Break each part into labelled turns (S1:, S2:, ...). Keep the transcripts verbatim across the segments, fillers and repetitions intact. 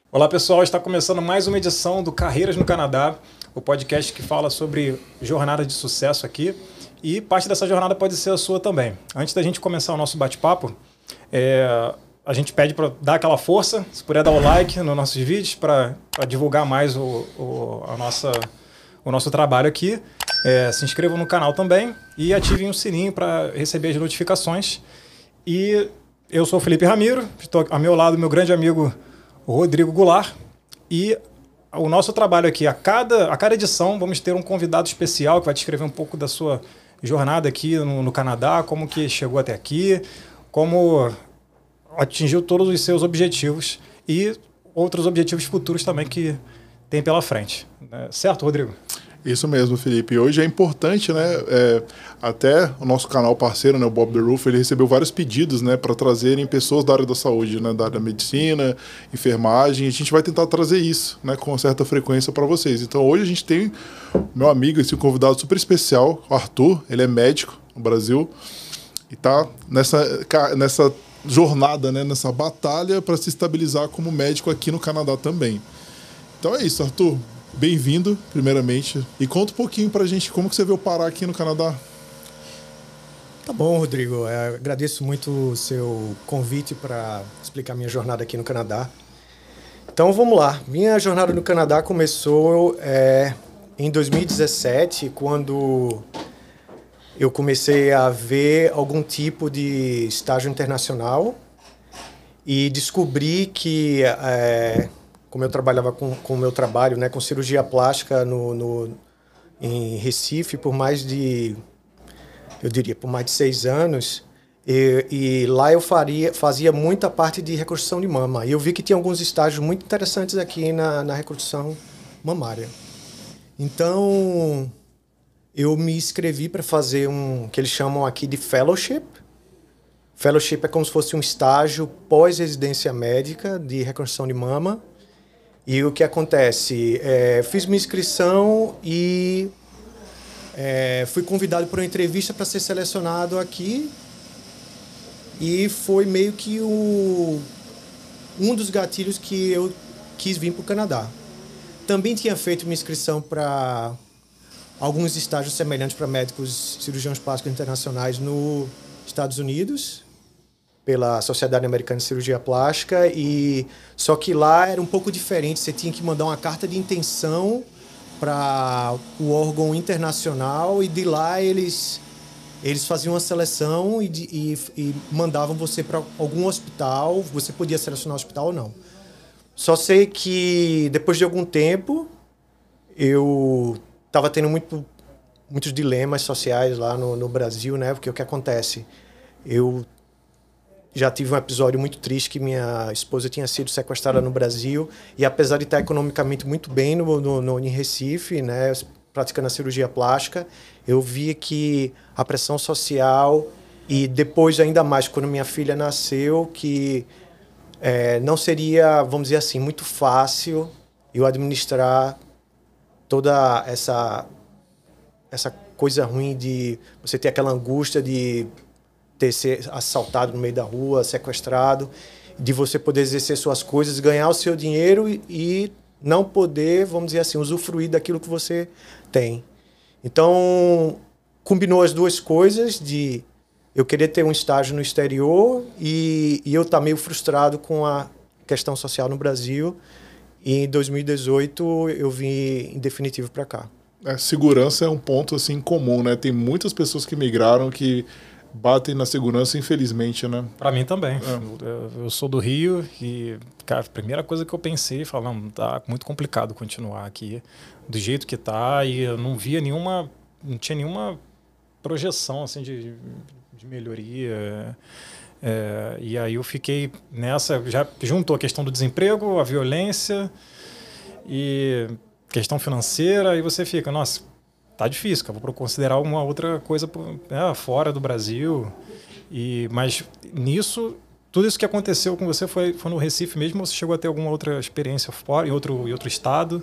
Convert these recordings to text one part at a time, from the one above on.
S1: Olá pessoal, está começando mais uma edição do Carreiras no Canadá, o podcast que fala sobre jornada de sucesso aqui, e parte dessa jornada pode ser a sua também. Antes da gente começar o nosso bate-papo, é, a gente pede para dar aquela força, se puder dar o like nos nossos vídeos para divulgar mais o, o, a nossa, o nosso trabalho aqui. É, se inscrevam no canal também e ativem o sininho para receber as notificações. E eu sou o Felipe Ramiro, estou ao meu lado meu grande amigo o Rodrigo Goulart, e o nosso trabalho aqui, a cada, a cada edição vamos ter um convidado especial que vai descrever um pouco da sua jornada aqui no, no Canadá, como que chegou até aqui, como atingiu todos os seus objetivos e outros objetivos futuros também que tem pela frente. Certo, Rodrigo?
S2: Isso mesmo, Felipe. Hoje é importante, né? É, até o nosso canal parceiro, né, o Bob The Roof, ele recebeu vários pedidos, né, para trazerem pessoas da área da saúde, né, da área da medicina, enfermagem. A gente vai tentar trazer isso, né, com certa frequência para vocês. Então, hoje a gente tem meu amigo, esse convidado super especial, o Arthur. Ele é médico no Brasil e tá nessa nessa jornada, né, nessa batalha para se estabilizar como médico aqui no Canadá também. Então é isso, Arthur. Bem-vindo, primeiramente. E conta um pouquinho pra gente como que você veio parar aqui no Canadá.
S3: Tá bom, Rodrigo. Eu agradeço muito o seu convite para explicar minha jornada aqui no Canadá. Então, vamos lá. Minha jornada no Canadá começou é, em dois mil e dezessete, quando eu comecei a ver algum tipo de estágio internacional e descobri que... É, como eu trabalhava com, com o meu trabalho, né, com cirurgia plástica no, no, em Recife por mais de, eu diria, por mais de seis anos, e, e lá eu faria, fazia muita parte de reconstrução de mama. E eu vi que tinha alguns estágios muito interessantes aqui na, na reconstrução mamária. Então, eu me inscrevi para fazer um, que eles chamam aqui de fellowship. Fellowship é como se fosse um estágio pós-residência médica de reconstrução de mama. E o que acontece? É, fiz minha inscrição e é, fui convidado para uma entrevista para ser selecionado aqui. E foi meio que o, um dos gatilhos que eu quis vir para o Canadá. Também tinha feito minha inscrição para alguns estágios semelhantes para médicos cirurgiões plásticos internacionais nos Estados Unidos, pela Sociedade Americana de Cirurgia Plástica, e só que lá era um pouco diferente. Você tinha que mandar uma carta de intenção para o órgão internacional e de lá eles, eles faziam uma seleção e, de, e, e mandavam você para algum hospital. Você podia selecionar o hospital ou não. Só sei que depois de algum tempo eu estava tendo muito, muitos dilemas sociais lá no, no Brasil, né? Porque o que acontece? Eu já tive um episódio muito triste que minha esposa tinha sido sequestrada no Brasil e apesar de estar economicamente muito bem no, no, no, em Recife, né, praticando a cirurgia plástica, eu via que a pressão social e depois ainda mais quando minha filha nasceu, que é, não seria, vamos dizer assim, muito fácil eu administrar toda essa, essa coisa ruim de você ter aquela angústia de ter ser assaltado no meio da rua, sequestrado, de você poder exercer suas coisas, ganhar o seu dinheiro e, e não poder, vamos dizer assim, usufruir daquilo que você tem. Então, combinou as duas coisas de eu querer ter um estágio no exterior e, e eu estar meio frustrado com a questão social no Brasil. E em dois mil e dezoito eu vim em definitivo para cá.
S2: É, segurança é um ponto assim comum, né? Tem muitas pessoas que migraram que batem na segurança, infelizmente, né?
S1: Para mim também.
S2: É.
S1: Eu, eu sou do Rio e, cara, a primeira coisa que eu pensei, falando, tá muito complicado continuar aqui do jeito que tá, e eu não via nenhuma, não tinha nenhuma projeção, assim, de, de melhoria. É, e aí eu fiquei nessa, já juntou a questão do desemprego, a violência e questão financeira, e você fica, nossa, tá difícil, cara, vou considerar alguma outra coisa é, fora do Brasil. E, mas nisso, tudo isso que aconteceu com você foi, foi no Recife mesmo, ou você chegou a ter alguma outra experiência fora, em outro, em outro estado?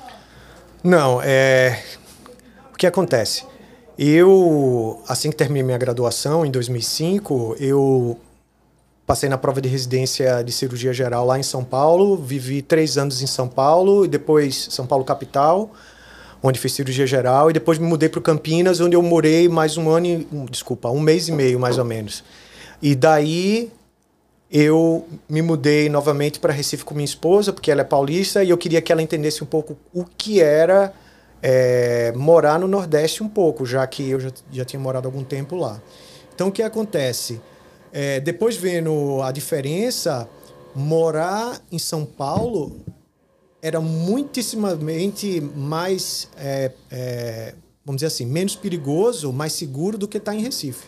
S3: Não, é... o que acontece? Eu, assim que terminei minha graduação, em dois mil e cinco, eu passei na prova de residência de cirurgia geral lá em São Paulo, vivi três anos em São Paulo, e depois São Paulo capital, onde fiz cirurgia geral, e depois me mudei para Campinas, onde eu morei mais um ano, e, um, desculpa, um mês e meio mais ou menos. E daí eu me mudei novamente para Recife com minha esposa, porque ela é paulista, e eu queria que ela entendesse um pouco o que era é, morar no Nordeste um pouco, já que eu já, já tinha morado algum tempo lá. Então, o que acontece? É, depois vendo a diferença, morar em São Paulo era muitíssimamente mais, é, é, vamos dizer assim, menos perigoso, mais seguro do que estar em Recife.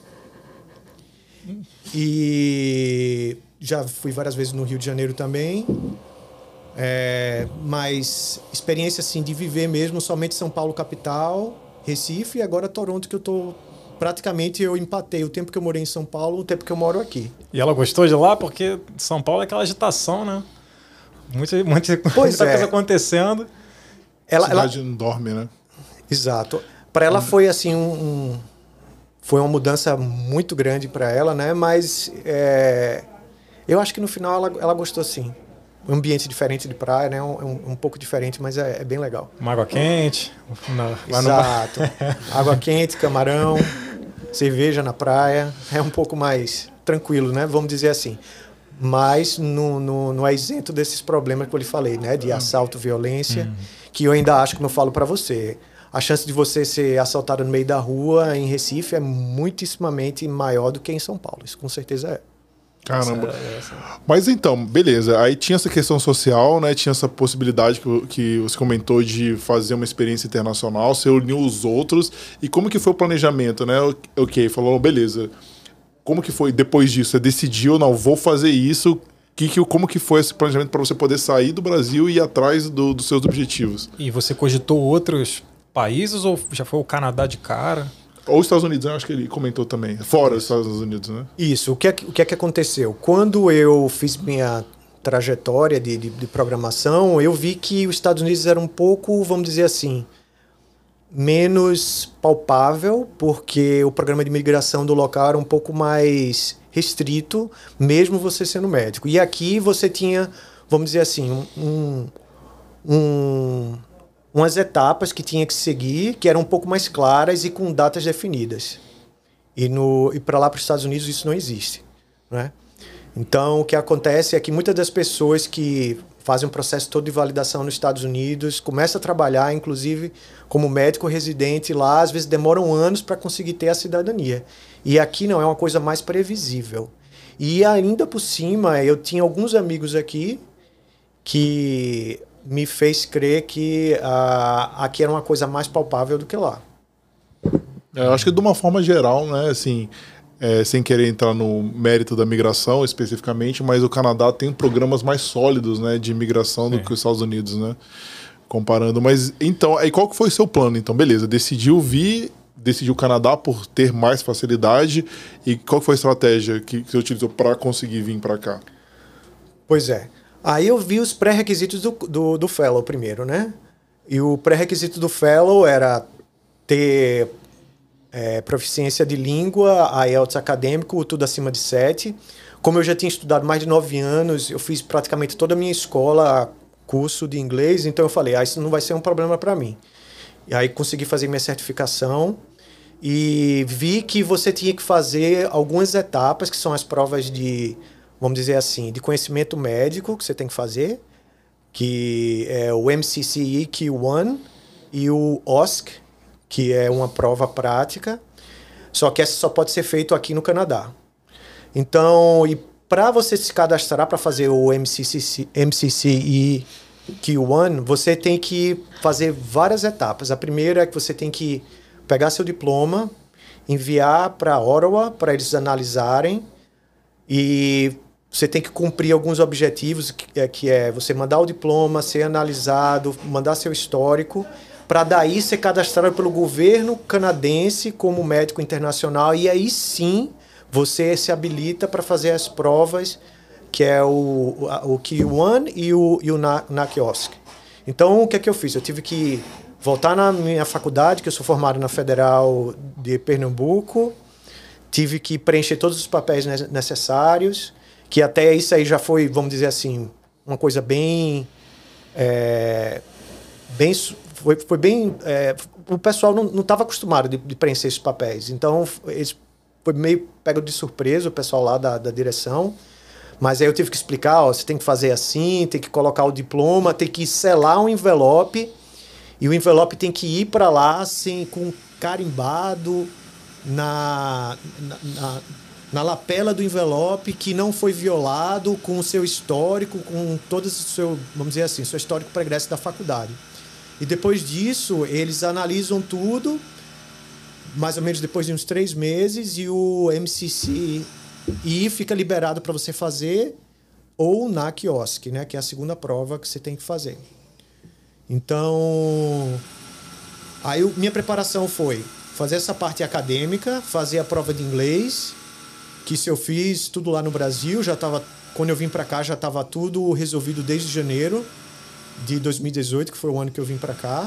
S3: E já fui várias vezes no Rio de Janeiro também, é, mas experiência assim, de viver mesmo somente São Paulo capital, Recife, e agora Toronto, que eu estou... Praticamente eu empatei o tempo que eu morei em São Paulo, o tempo que eu moro aqui.
S1: E ela gostou de lá? Porque São Paulo é aquela agitação, né? Muita, muita,
S3: pois
S1: muita
S3: é.
S1: coisa acontecendo.
S2: Ela, a cidade ela... não dorme, né?
S3: Exato. Para ela foi assim um, um... Foi uma mudança muito grande para ela, né? Mas é... eu acho que no final ela, ela gostou sim. Um ambiente diferente de praia, né? Um, um, um pouco diferente, mas é, é bem legal.
S1: Uma água quente.
S3: Não, exato. No... água quente, camarão, cerveja na praia. É um pouco mais tranquilo, né? Vamos dizer assim. Mas não, não, não é isento desses problemas que eu lhe falei, né? De assalto, violência, hum. que eu ainda acho, como eu falo para você, a chance de você ser assaltado no meio da rua em Recife é muitíssimamente maior do que em São Paulo. Isso com certeza é.
S2: Caramba. Essa, essa. Mas então, beleza. Aí tinha essa questão social, né? Tinha essa possibilidade que, que você comentou de fazer uma experiência internacional, você uniu os outros. E como que foi o planejamento, né? Ok, falou, beleza. Como que foi depois disso? Você decidiu, não, vou fazer isso. Que, que, como que foi esse planejamento para você poder sair do Brasil e ir atrás do, dos seus objetivos?
S1: E você cogitou outros países ou já foi o Canadá de cara?
S2: Ou os Estados Unidos, eu acho que ele comentou também. Fora dos Estados Unidos, né?
S3: Isso. O que é que, o que, é que aconteceu? Quando eu fiz minha trajetória de, de, de programação, eu vi que os Estados Unidos era um pouco, vamos dizer assim, menos palpável, porque o programa de imigração do local era um pouco mais restrito, mesmo você sendo médico. E aqui você tinha, vamos dizer assim, um... um umas etapas que tinha que seguir, que eram um pouco mais claras e com datas definidas. E, no, e para lá, para os Estados Unidos, isso não existe, né? Então, o que acontece é que muitas das pessoas que fazem um processo todo de validação nos Estados Unidos começam a trabalhar, inclusive, como médico residente lá, às vezes demoram anos para conseguir ter a cidadania. E aqui não, é uma coisa mais previsível. E ainda por cima, eu tinha alguns amigos aqui que me fez crer que uh, aqui era uma coisa mais palpável do que lá.
S2: Eu acho que de uma forma geral, né, assim, é, sem querer entrar no mérito da migração especificamente, mas o Canadá tem programas mais sólidos, né, de imigração do é. que os Estados Unidos, né, comparando. Mas então, aí qual que foi o seu plano? Então, beleza, decidiu vir, decidiu o Canadá por ter mais facilidade, e qual foi a estratégia que você utilizou para conseguir vir para cá?
S3: Pois é. Aí eu vi os pré-requisitos do, do, do Fellow primeiro, né? E o pré-requisito do Fellow era ter é, proficiência de língua, I E L T S acadêmico, tudo acima de sete. Como eu já tinha estudado mais de nove anos, eu fiz praticamente toda a minha escola, curso de inglês, então eu falei, ah, isso não vai ser um problema para mim. E aí consegui fazer minha certificação e vi que você tinha que fazer algumas etapas, que são as provas de... vamos dizer assim, de conhecimento médico que você tem que fazer, que é o M C C E Q um e o O S C, que é uma prova prática, só que essa só pode ser feito aqui no Canadá. Então, e para você se cadastrar para fazer o M C C E Q um, você tem que fazer várias etapas. A primeira é que você tem que pegar seu diploma, enviar para Ottawa para eles analisarem e você tem que cumprir alguns objetivos, que é, que é você mandar o diploma, ser analisado, mandar seu histórico, para daí ser cadastrado pelo governo canadense como médico internacional, e aí sim você se habilita para fazer as provas, que é o, o Q um e o, e o N A C O S C. Então, o que é que eu fiz? Eu tive que voltar na minha faculdade, que eu sou formado na Federal de Pernambuco, tive que preencher todos os papéis necessários, que até isso aí já foi, vamos dizer assim, uma coisa bem... É, bem foi, foi bem... É, o pessoal não estava acostumado de, de preencher esses papéis. Então, eles, foi meio pego de surpresa o pessoal lá da, da direção. Mas aí eu tive que explicar, ó, você tem que fazer assim, tem que colocar o diploma, tem que selar um envelope, e o envelope tem que ir para lá assim, com carimbado na, na, na, na lapela do envelope, que não foi violado, com o seu histórico, com todo o seu, vamos dizer assim, seu histórico pregresso da faculdade. E depois disso, eles analisam tudo, mais ou menos depois de uns três meses, e o M C C I fica liberado para você fazer, ou na quiosque, né, que é a segunda prova que você tem que fazer. Então, aí eu, minha preparação foi fazer essa parte acadêmica, fazer a prova de inglês, que se eu fiz tudo lá no Brasil, já estava, quando eu vim para cá, já estava tudo resolvido desde janeiro de dois mil e dezoito, que foi o ano que eu vim para cá.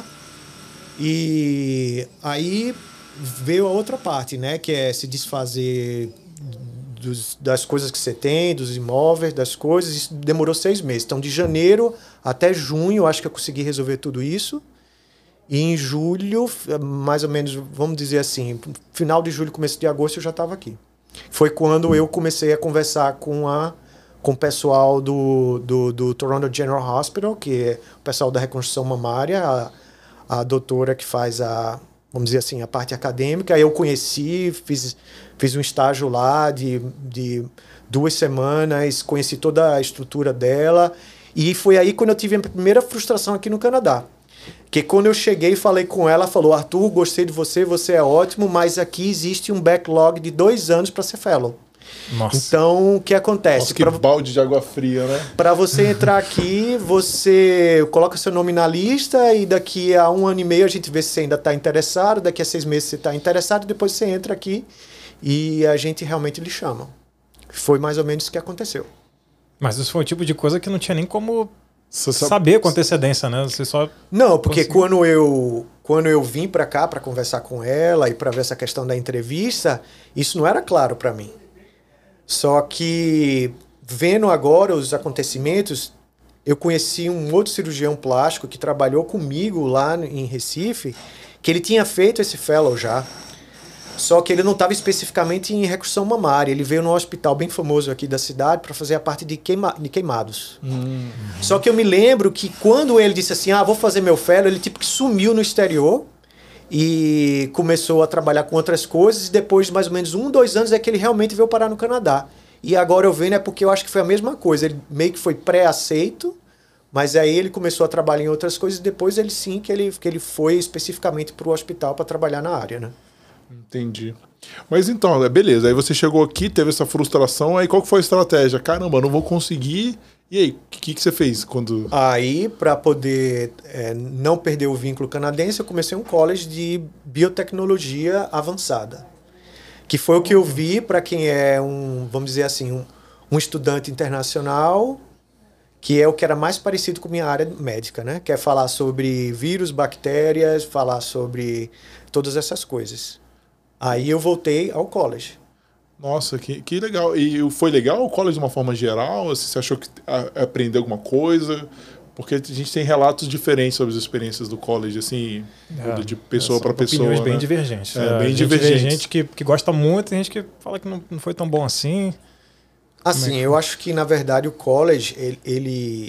S3: E aí veio a outra parte, né, que é se desfazer dos, das coisas que você tem, dos imóveis, das coisas. Isso demorou seis meses. Então, de janeiro até junho, eu acho que eu consegui resolver tudo isso. E em julho, mais ou menos, vamos dizer assim, final de julho, começo de agosto, eu já estava aqui. Foi quando eu comecei a conversar com, a, com o pessoal do, do, do Toronto General Hospital, que é o pessoal da reconstrução mamária, a, a doutora que faz a, vamos dizer assim, a parte acadêmica. Aí eu conheci, fiz, fiz um estágio lá de, de duas semanas, conheci toda a estrutura dela. E foi aí quando eu tive a primeira frustração aqui no Canadá. Que quando eu cheguei e falei com ela, ela falou: Arthur, gostei de você, você é ótimo, mas aqui existe um backlog de dois anos para ser fellow.
S1: Nossa.
S3: Então, o que acontece?
S2: Nossa, que
S3: pra,
S2: balde de água fria, né?
S3: Para você entrar aqui, você coloca seu nome na lista e daqui a um ano e meio a gente vê se você ainda está interessado, daqui a seis meses você está interessado, e depois você entra aqui e a gente realmente lhe chama. Foi mais ou menos isso que aconteceu.
S1: Mas isso foi o tipo de coisa que não tinha nem como
S2: Você sabe-
S1: saber com antecedência, né? Você só...
S3: Não, porque
S1: Conseguiu.
S3: quando eu, quando eu vim para cá para conversar com ela e para ver essa questão da entrevista, isso não era claro para mim. Só que, vendo agora os acontecimentos, eu conheci um outro cirurgião plástico que trabalhou comigo lá em Recife, que ele tinha feito esse fellow já. Só que ele não estava especificamente em reconstrução mamária. Ele veio num hospital bem famoso aqui da cidade para fazer a parte de, queima, de queimados.
S2: Hum.
S3: Só que eu me lembro que quando ele disse assim, ah, vou fazer meu fellow, ele tipo que sumiu no exterior e começou a trabalhar com outras coisas, e depois de mais ou menos um, dois anos é que ele realmente veio parar no Canadá. E agora eu vendo é porque eu acho que foi a mesma coisa. Ele meio que foi pré-aceito, mas aí ele começou a trabalhar em outras coisas, e depois ele sim que ele, que ele foi especificamente para o hospital para trabalhar na área, né?
S2: Entendi. Mas então, é beleza. Aí você chegou aqui, teve essa frustração, aí qual que foi a estratégia? Caramba, não vou conseguir. E aí, o que, que você fez quando...
S3: Aí, para poder é, não perder o vínculo canadense, eu comecei um college de biotecnologia avançada. Que foi o que eu vi para quem é um, vamos dizer assim, um, um estudante internacional, que é o que era mais parecido com a minha área médica, né? Que é falar sobre vírus, bactérias, falar sobre todas essas coisas. Aí eu voltei ao college.
S2: Nossa, que, que legal. E foi legal o college de uma forma geral? Você achou que a, aprendeu alguma coisa? Porque a gente tem relatos diferentes sobre as experiências do college, assim,
S1: É,
S2: de pessoa
S1: são
S2: para pessoa.
S1: opiniões bem
S2: né?
S1: divergentes.
S2: É,
S1: É,
S2: bem
S1: a gente
S2: divergentes.
S1: vê gente que, que gosta muito, tem gente que fala que não, não foi tão bom assim.
S3: Assim,
S1: Como é que-
S3: eu acho que, na verdade, o college, ele, ele,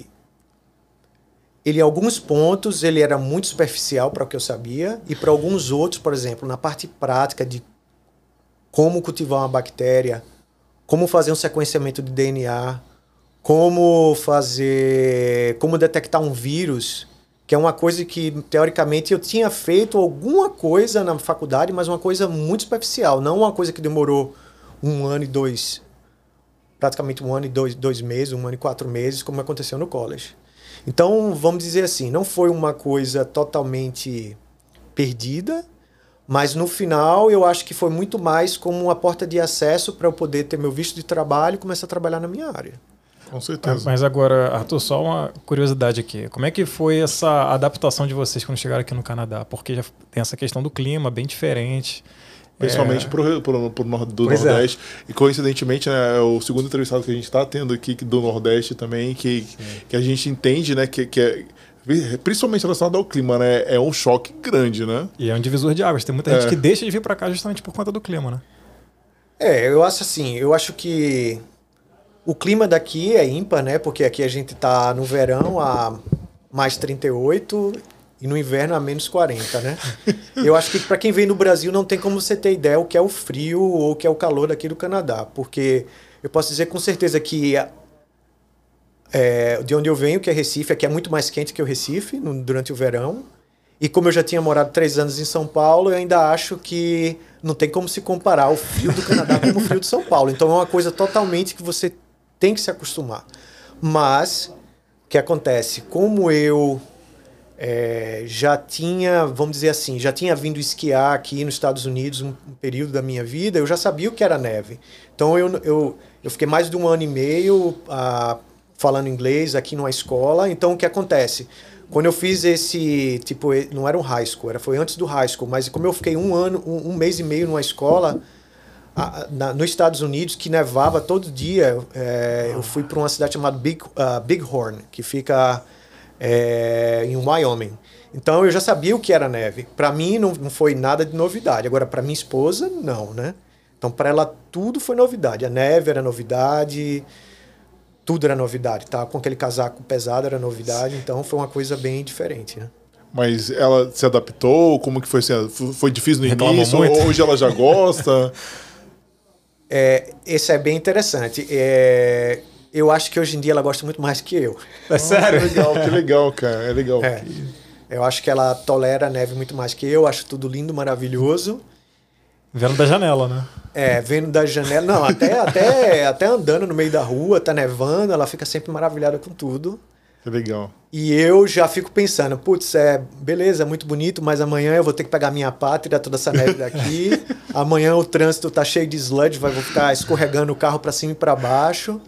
S3: ele, em alguns pontos, ele era muito superficial para o que eu sabia, e para alguns outros, por exemplo, na parte prática de como cultivar uma bactéria, como fazer um sequenciamento de D N A, como fazer, como detectar um vírus, que é uma coisa que, teoricamente, eu tinha feito alguma coisa na faculdade, mas uma coisa muito superficial, não uma coisa que demorou um ano e dois, praticamente um ano e dois, dois meses, um ano e quatro meses, como aconteceu no college. Então, vamos dizer assim, não foi uma coisa totalmente perdida, mas no final eu acho que foi muito mais como uma porta de acesso para eu poder ter meu visto de trabalho e começar a trabalhar na minha área.
S2: Com certeza.
S1: Mas agora, Arthur, só uma curiosidade aqui. Como é que foi essa adaptação de vocês quando chegaram aqui no Canadá? Porque já tem essa questão do clima bem diferente.
S2: Principalmente é. pro, pro, pro nor- do pois Nordeste. É. E coincidentemente, né, é o segundo entrevistado que a gente está tendo aqui do Nordeste também, que, que a gente entende, né, que, que é, principalmente relacionado ao clima, né, é um choque grande, né?
S1: E é um divisor de águas. Tem muita é. gente que deixa de vir para cá justamente por conta do clima, né?
S3: É, eu acho assim, eu acho que o clima daqui é ímpar, né? Porque aqui a gente tá no verão a mais trinta e oito e no inverno a menos quarenta, né? Eu acho que para quem vem no Brasil não tem como você ter ideia o que é o frio ou o que é o calor daqui do Canadá, porque eu posso dizer com certeza que é, de onde eu venho, que é Recife, aqui é muito mais quente que o Recife no, durante o verão. E como eu já tinha morado três anos em São Paulo, eu ainda acho que não tem como se comparar o frio do Canadá com o frio de São Paulo. Então é uma coisa totalmente que você tem que se acostumar. Mas o que acontece? Como eu é, já tinha, vamos dizer assim, já tinha vindo esquiar aqui nos Estados Unidos um, um período da minha vida, eu já sabia o que era neve. Então eu, eu, eu fiquei mais de um ano e meio uh, falando inglês aqui numa escola. Então o que acontece? Quando eu fiz esse, tipo, não era um high school, era, foi antes do high school, mas como eu fiquei um ano, um, um mês e meio numa escola a, na, nos Estados Unidos, que nevava todo dia, é, eu fui para uma cidade chamada Big, uh, Bighorn, que fica é, em Wyoming. Então eu já sabia o que era neve. Para mim não, não foi nada de novidade. Agora para minha esposa, não, né? Então para ela tudo foi novidade. A neve era novidade... Tudo era novidade, tá? Com aquele casaco pesado era novidade, então foi uma coisa bem diferente, né?
S2: Mas ela se adaptou? Como que foi? Foi difícil no
S1: Reclamou
S2: início?
S1: Muito.
S2: Hoje ela já gosta?
S3: é, esse é bem interessante. É, eu acho que hoje em dia ela gosta muito mais que eu.
S1: É oh, sério?
S2: Que legal, que legal, cara. É legal.
S3: É, eu acho que ela tolera a neve muito mais que eu, acho tudo lindo, maravilhoso.
S1: Vendo da janela, né?
S3: É, vendo da janela. Não, até, até, até andando no meio da rua, tá nevando, ela fica sempre maravilhada com tudo.
S2: Que legal.
S3: E eu já fico pensando, putz, é, beleza, muito bonito, mas amanhã eu vou ter que pegar minha pátria, toda essa neve daqui. Amanhã o trânsito tá cheio de sludge, vai, vou ficar escorregando o carro para cima e para baixo.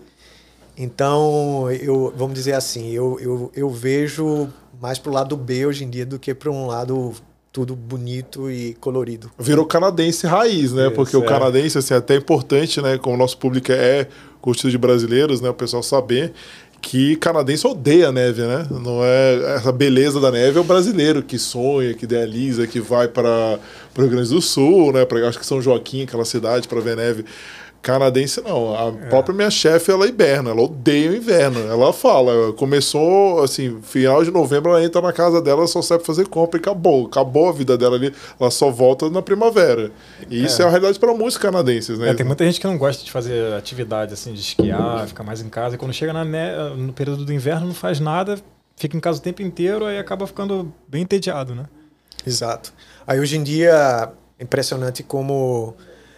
S3: Então, eu, vamos dizer assim, eu, eu, eu vejo mais pro lado B hoje em dia do que para um lado... tudo bonito e colorido.
S2: Virou canadense raiz, né? Isso, porque é. o canadense, assim, é até importante, né? Como o nosso público é constituído de brasileiros, né? O pessoal saber que canadense odeia a neve, né? Não é essa beleza da neve, é o brasileiro que sonha, que idealiza, que vai para o Rio Grande do Sul, né? Pra, acho que São Joaquim, aquela cidade, para ver neve. Canadense não, a é. própria minha chefe, ela hiberna, ela odeia o inverno. Ela fala, começou assim, final de novembro, ela entra na casa dela, ela só sabe fazer compra e acabou. Acabou a vida dela ali, ela só volta na primavera. E é. isso é a realidade para muitos canadenses, né?
S1: É, tem muita gente que não gosta de fazer atividade assim, de esquiar, ficar mais em casa. E quando chega na ne... no período do inverno, não faz nada, fica em casa o tempo inteiro, aí acaba ficando bem entediado, né?
S3: Exato. Aí hoje em dia, é impressionante como...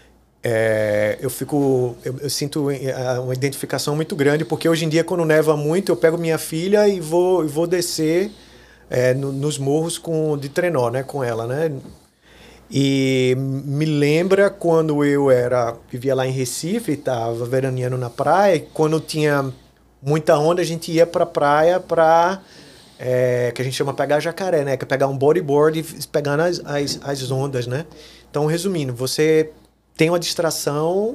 S3: É, eu fico eu, eu sinto uma identificação muito grande, porque hoje em dia quando neva muito eu pego minha filha e vou, vou descer é, no, nos morros com, de trenó, né, com ela, né? E me lembra quando eu era vivia lá em Recife, estava veraneando na praia, e quando tinha muita onda a gente ia para a praia para é, que a gente chama pegar jacaré, né, que é pegar um bodyboard e pegar as, as, as ondas, né? Então, resumindo, você tem uma distração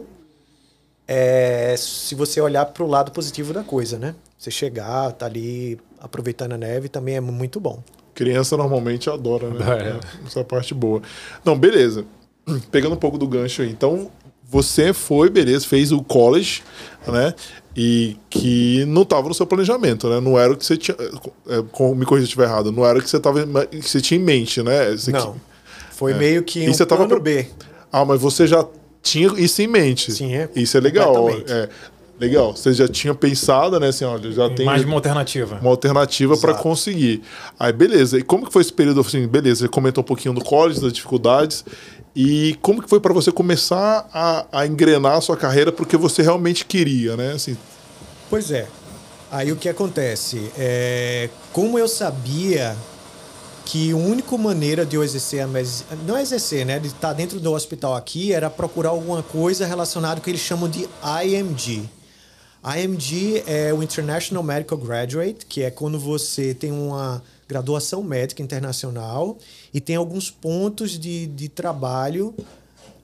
S3: é, se você olhar para o lado positivo da coisa, né? Você chegar, tá ali aproveitando a neve também é muito bom.
S2: Criança normalmente adora, né? É. Essa é a parte boa. Não, beleza. Pegando um pouco do gancho aí. Então, você foi, beleza, fez o college, né? E que não estava no seu planejamento, né? Não era o que você tinha... Me corrija se eu estiver errado. Não era o que você, tava, que você tinha em mente, né? Você
S3: não.
S2: Que,
S3: foi é. meio que um
S2: você
S3: plano
S2: tava...
S3: B.
S2: Ah, mas você já tinha isso em mente.
S3: Sim, é.
S2: Isso é legal. É, legal. Você já tinha pensado, né? Assim, olha, já tem
S1: mais uma alternativa.
S2: Uma alternativa para conseguir. Aí, beleza. E como que foi esse período? Assim, beleza, você comentou um pouquinho do college, das dificuldades. E como que foi para você começar a, a engrenar a sua carreira porque você realmente queria, né? Assim...
S3: Pois é. Aí o que acontece? É, como eu sabia... que a única maneira de eu exercer, não exercer, né, de estar dentro do hospital aqui, era procurar alguma coisa relacionada com o que eles chamam de I M G. I M G é o International Medical Graduate, que é quando você tem uma graduação médica internacional e tem alguns pontos de, de trabalho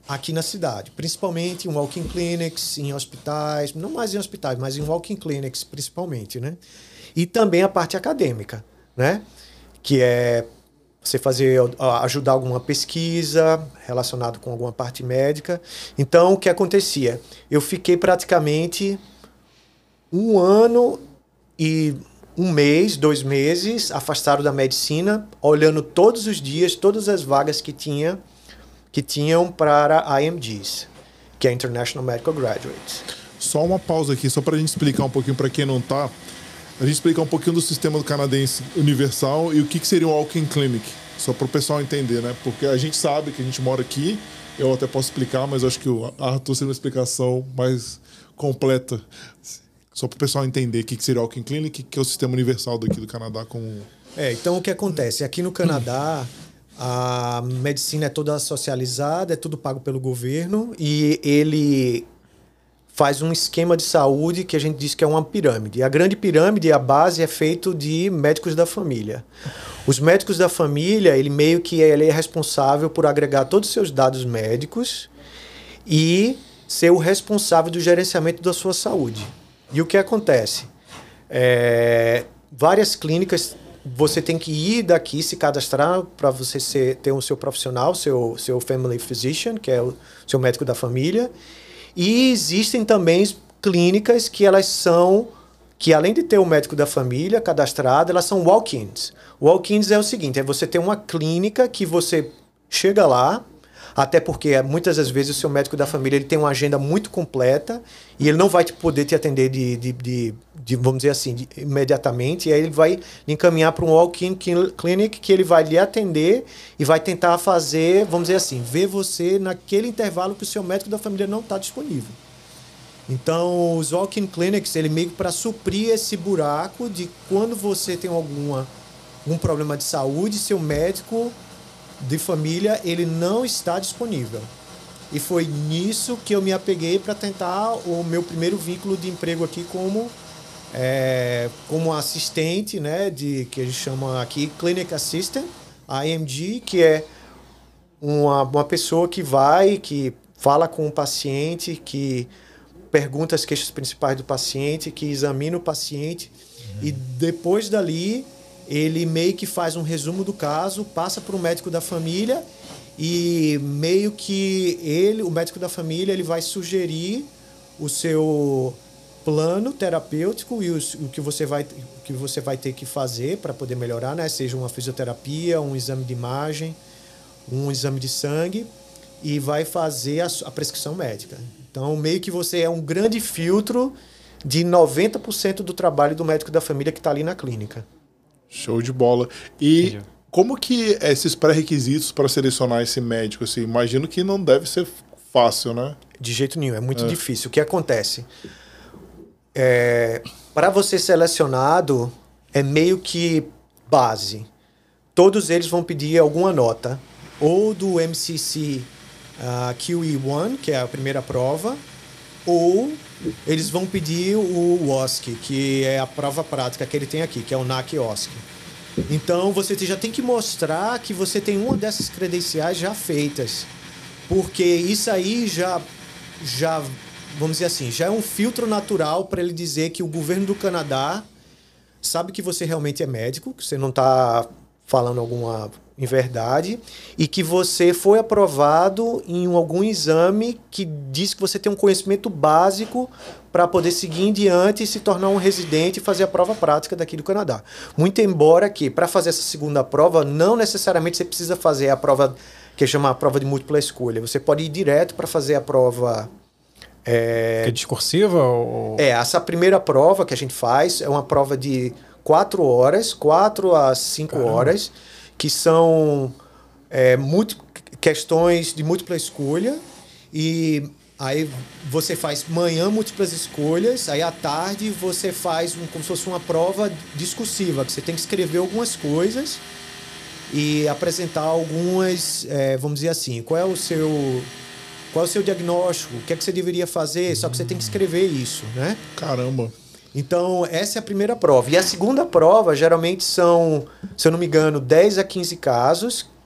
S3: aqui na cidade, principalmente em walk-in clinics, em hospitais, não mais em hospitais, mas em walk-in clinics principalmente, né? E também a parte acadêmica, né? Que é você fazer, ajudar alguma pesquisa relacionada com alguma parte médica. Então, o que acontecia? Eu fiquei praticamente um ano e um mês, dois meses, afastado da medicina, olhando todos os dias, todas as vagas que tinha, que tinham para I M Gs, que é International Medical Graduates.
S2: Só uma pausa aqui, só para a gente explicar um pouquinho para quem não está. A gente explicar um pouquinho do sistema do canadense universal e o que, que seria um walk-in clinic, só para o pessoal entender, né? Porque a gente sabe que a gente mora aqui, eu até posso explicar, mas eu acho que o Arthur tem uma explicação mais completa, só para o pessoal entender o que, que seria o walk-in clinic, que é o sistema universal daqui do Canadá. Com...
S3: É, então o que acontece? Aqui no Canadá, a medicina é toda socializada, é tudo pago pelo governo e ele faz um esquema de saúde que a gente diz que é uma pirâmide. A grande pirâmide, a base, é feito de médicos da família. Os médicos da família, ele meio que ele é responsável por agregar todos os seus dados médicos e ser o responsável do gerenciamento da sua saúde. E o que acontece? É, várias clínicas, você tem que ir daqui, se cadastrar para você ser, ter o seu profissional, seu, seu family physician, que é o seu médico da família. E existem também clínicas que elas são, que além de ter o médico da família cadastrado, elas são walk-ins. Walk-ins é o seguinte, é você ter uma clínica que você chega lá, até porque muitas das vezes o seu médico da família ele tem uma agenda muito completa e ele não vai poder te atender de, de, de, de vamos dizer assim, de, imediatamente, e aí ele vai lhe encaminhar para um walk-in clinic que ele vai lhe atender e vai tentar fazer, vamos dizer assim, ver você naquele intervalo que o seu médico da família não está disponível. Então, os walk-in clinics, ele meio que para suprir esse buraco de quando você tem alguma, algum problema de saúde, seu médico de família, ele não está disponível. E foi nisso que eu me apeguei para tentar o meu primeiro vínculo de emprego aqui como, é, como assistente, né, de, que eles chamam aqui Clinic Assistant, I M G, que é uma, uma pessoa que vai, que fala com o paciente, que pergunta as queixas principais do paciente, que examina o paciente, uhum. E depois dali ele meio que faz um resumo do caso, passa para o médico da família e meio que ele, o médico da família, ele vai sugerir o seu plano terapêutico e os, o que você vai, o que você vai ter que fazer para poder melhorar, né? Seja uma fisioterapia, um exame de imagem, um exame de sangue, e vai fazer a, a prescrição médica. Então, meio que você é um grande filtro de noventa por cento do trabalho do médico da família que está ali na clínica.
S2: Show de bola. E Entendi. Como que é esses pré-requisitos para selecionar esse médico? Assim, imagino que não deve ser fácil, né?
S3: De jeito nenhum, é muito é. difícil. O que acontece? É, para você ser selecionado, é meio que base. Todos eles vão pedir alguma nota. Ou do M C C uh, Q E um, que é a primeira prova, ou eles vão pedir o O S C, que é a prova prática que ele tem aqui, que é o N A C O S C. Então, você já tem que mostrar que você tem uma dessas credenciais já feitas. Porque isso aí já, já, vamos dizer assim, já é um filtro natural para ele dizer que o governo do Canadá sabe que você realmente é médico, que você não está falando alguma inverdade, e que você foi aprovado em algum exame que diz que você tem um conhecimento básico para poder seguir em diante e se tornar um residente e fazer a prova prática daqui do Canadá. Muito embora que, para fazer essa segunda prova, não necessariamente você precisa fazer a prova que chama a prova de múltipla escolha. Você pode ir direto para fazer a prova...
S1: É... Que é discursiva? Ou...
S3: É, essa primeira prova que a gente faz é uma prova de quatro horas, quatro a cinco Caramba. horas, que são é, muito, questões de múltipla escolha, e aí você faz manhã múltiplas escolhas, aí à tarde você faz um, como se fosse uma prova discursiva, que você tem que escrever algumas coisas e apresentar algumas, é, vamos dizer assim, qual é o seu, qual é o seu diagnóstico, o que é que você deveria fazer, só que você tem que escrever isso, né?
S2: Caramba!
S3: Então, essa é a primeira prova. E a segunda prova, geralmente são, se eu não me engano, dez a quinze casos,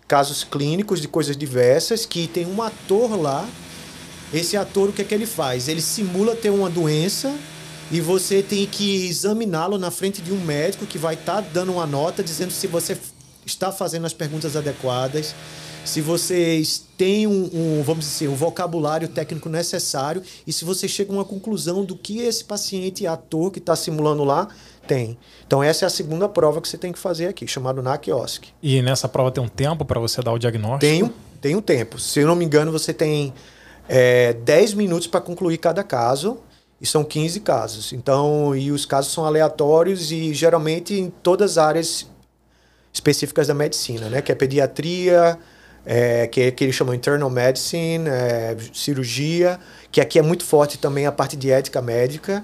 S3: casos clínicos de coisas diversas, que tem um ator lá. Esse ator, o que é que ele faz? Ele simula ter uma doença e você tem que examiná-lo na frente de um médico que vai estar tá dando uma nota dizendo se você está fazendo as perguntas adequadas, se vocês têm um, um, vamos dizer, um vocabulário técnico necessário e se você chega a uma conclusão do que esse paciente ator que está simulando lá tem. Então essa é a segunda prova que você tem que fazer aqui, chamado N A C I O S C.
S1: E nessa prova tem um tempo para você dar o diagnóstico?
S3: Tem, tem um tempo. Se eu não me engano, você tem é, dez minutos para concluir cada caso. E são quinze casos. Então, e os casos são aleatórios e geralmente em todas as áreas específicas da medicina, né? Que é pediatria, é, que, que eles chamam internal medicine, é, cirurgia, que aqui é muito forte também a parte de ética médica.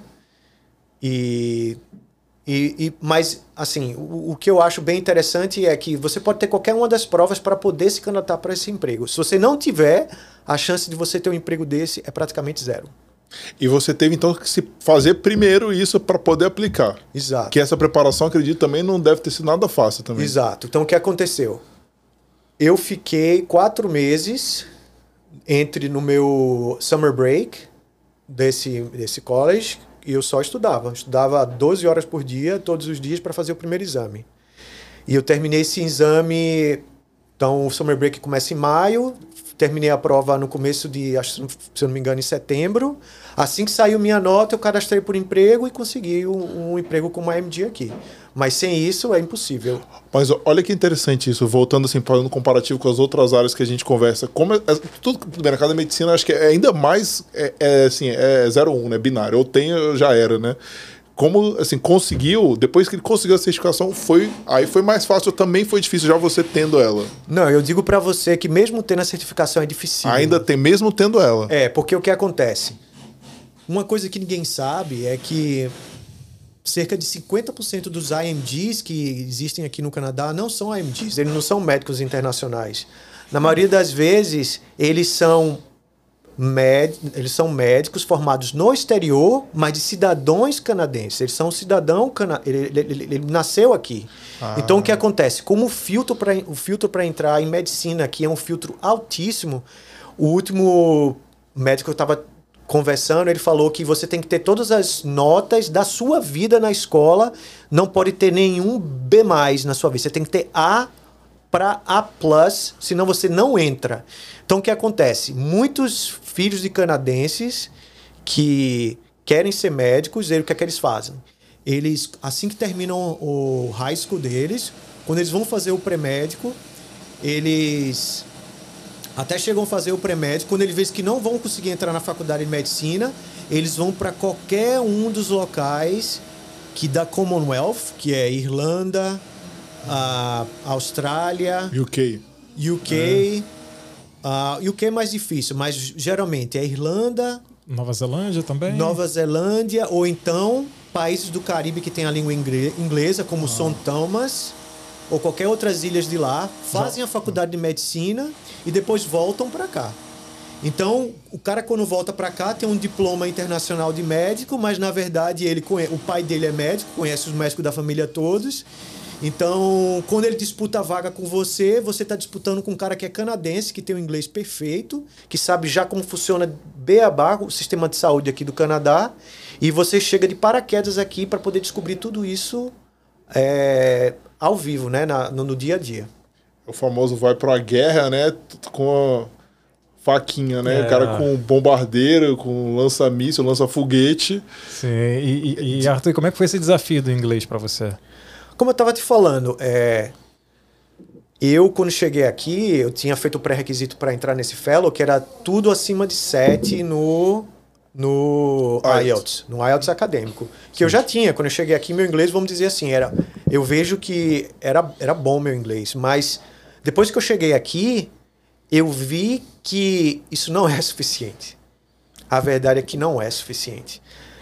S3: E, e, e mas, assim, o, o que eu acho bem interessante é que você pode ter qualquer uma das provas para poder se candidatar para esse emprego. Se você não tiver, a chance de você ter um emprego desse é praticamente zero.
S2: E você teve, então, que se fazer primeiro isso para poder aplicar.
S3: Exato.
S2: Que essa preparação, acredito, também não deve ter sido nada fácil também.
S3: Exato. Então, o que aconteceu? Eu fiquei quatro meses entre no meu summer break desse, desse college e eu só estudava. Eu estudava doze horas por dia, todos os dias, para fazer o primeiro exame. E eu terminei esse exame... Então, o summer break começa em maio, terminei a prova no começo de, acho, se eu não me engano, em setembro. Assim que saiu minha nota, eu cadastrei por emprego e consegui um, um emprego com uma M D aqui. Mas sem isso é impossível.
S2: Mas olha que interessante isso, voltando assim, fazendo um comparativo com as outras áreas que a gente conversa. Como é, é, tudo, tudo bem, na casa da medicina, acho que é ainda mais é, é, assim, é zero ou um, né? Binário. Eu tenho, já era, né? Como, assim, conseguiu, depois que ele conseguiu a certificação, foi, aí foi mais fácil, também foi difícil já você tendo ela.
S3: Não, eu digo pra você que mesmo tendo a certificação é difícil.
S2: Ainda tem, mesmo tendo ela.
S3: É, porque o que acontece? Uma coisa que ninguém sabe é que cerca de cinquenta por cento dos I M Gs que existem aqui no Canadá não são I M Gs, eles não são médicos internacionais. Na maioria das vezes, eles são... Med... eles são médicos formados no exterior, mas de cidadãos canadenses. Eles são cidadão cana... ele, ele, ele, ele nasceu aqui. Ah. Então, o que acontece? Como o filtro para o filtro para entrar em medicina aqui é um filtro altíssimo, o último médico que eu estava conversando, ele falou que você tem que ter todas as notas da sua vida na escola, não pode ter nenhum B mais na sua vida. Você tem que ter A para A plus, senão você não entra. Então, o que acontece? Muitos filhos de canadenses que querem ser médicos, o que é que eles fazem? Eles, assim que terminam o high school deles, quando eles vão fazer o pré-médico, eles até chegam a fazer o pré-médico, quando eles veem que não vão conseguir entrar na faculdade de medicina, eles vão para qualquer um dos locais que da Commonwealth, que é Irlanda, a Austrália,
S2: U K.
S3: U K, é. uh, U K é mais difícil, mas geralmente é Irlanda,
S1: Nova Zelândia também.
S3: Nova Zelândia, ou então países do Caribe que tem a língua inglesa, como ah. São Thomas, ou qualquer outras ilhas de lá, fazem Já. a faculdade de medicina e depois voltam para cá. Então, o cara quando volta para cá tem um diploma internacional de médico, mas na verdade ele conhece, o pai dele é médico, conhece os médicos da família todos. Então, quando ele disputa a vaga com você, você está disputando com um cara que é canadense, que tem o inglês perfeito, que sabe já como funciona beabá o sistema de saúde aqui do Canadá, e você chega de paraquedas aqui para poder descobrir tudo isso é, ao vivo, né, na, no, no dia a dia.
S2: O famoso vai para a guerra, né, com a faquinha, né, é. O cara com bombardeiro, com lança-míssil, lança-foguete.
S1: Sim, e, e, e Arthur, como é que foi esse desafio do inglês para você?
S3: Como eu estava te falando, é, eu, quando cheguei aqui, eu tinha feito o pré-requisito para entrar nesse fellow, que era tudo acima de sete no, no I E L T S, no I E L T S acadêmico. Que Sim. eu já tinha. Quando eu cheguei aqui, meu inglês, vamos dizer assim, era, eu vejo que era, era bom meu inglês, mas depois que eu cheguei aqui, eu vi que isso não é suficiente. A verdade é que não é suficiente.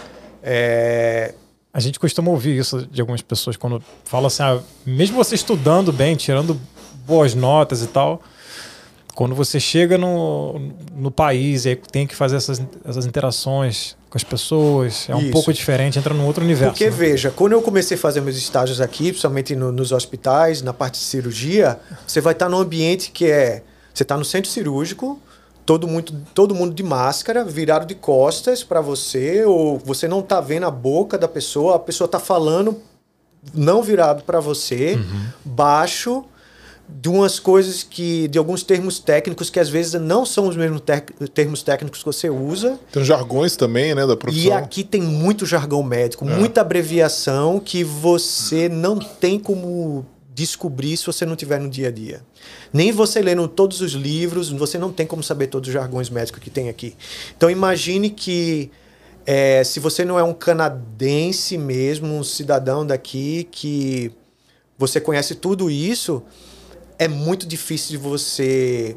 S3: É...
S1: A gente costuma ouvir isso de algumas pessoas quando falam assim, ah, mesmo você estudando bem, tirando boas notas e tal, quando você chega no, no país e aí tem que fazer essas, essas interações com as pessoas, é um
S3: Isso.
S1: pouco diferente, entra num outro universo.
S3: Porque,
S1: né?
S3: veja, quando eu comecei a fazer meus estágios aqui, principalmente no, nos hospitais, na parte de cirurgia, você vai estar num ambiente que é... Você está no centro cirúrgico, todo mundo, todo mundo de máscara, virado de costas para você, ou você não está vendo a boca da pessoa, a pessoa está falando não virado para você, uhum. baixo, de umas coisas que, de alguns termos técnicos que às vezes não são os mesmos termos técnicos que você usa.
S2: Tem jargões também, né, da profissão.
S3: E aqui tem muito jargão médico, é. muita abreviação que você não tem como descobrir se você não tiver no dia a dia. Nem você lendo todos os livros, você não tem como saber todos os jargões médicos que tem aqui. Então imagine que é, se você não é um canadense mesmo, um cidadão daqui, que você conhece tudo isso, é muito difícil de você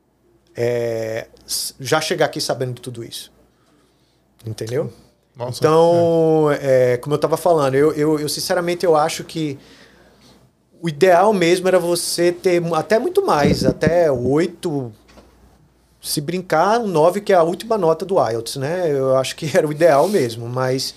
S3: é, já chegar aqui sabendo de tudo isso. Entendeu? Nossa, então, é. É, como eu estava falando, eu, eu, eu sinceramente eu acho que o ideal mesmo era você ter até muito mais, até oito, se brincar, um nove, que é a última nota do I E L T S, né? Eu acho que era o ideal mesmo, mas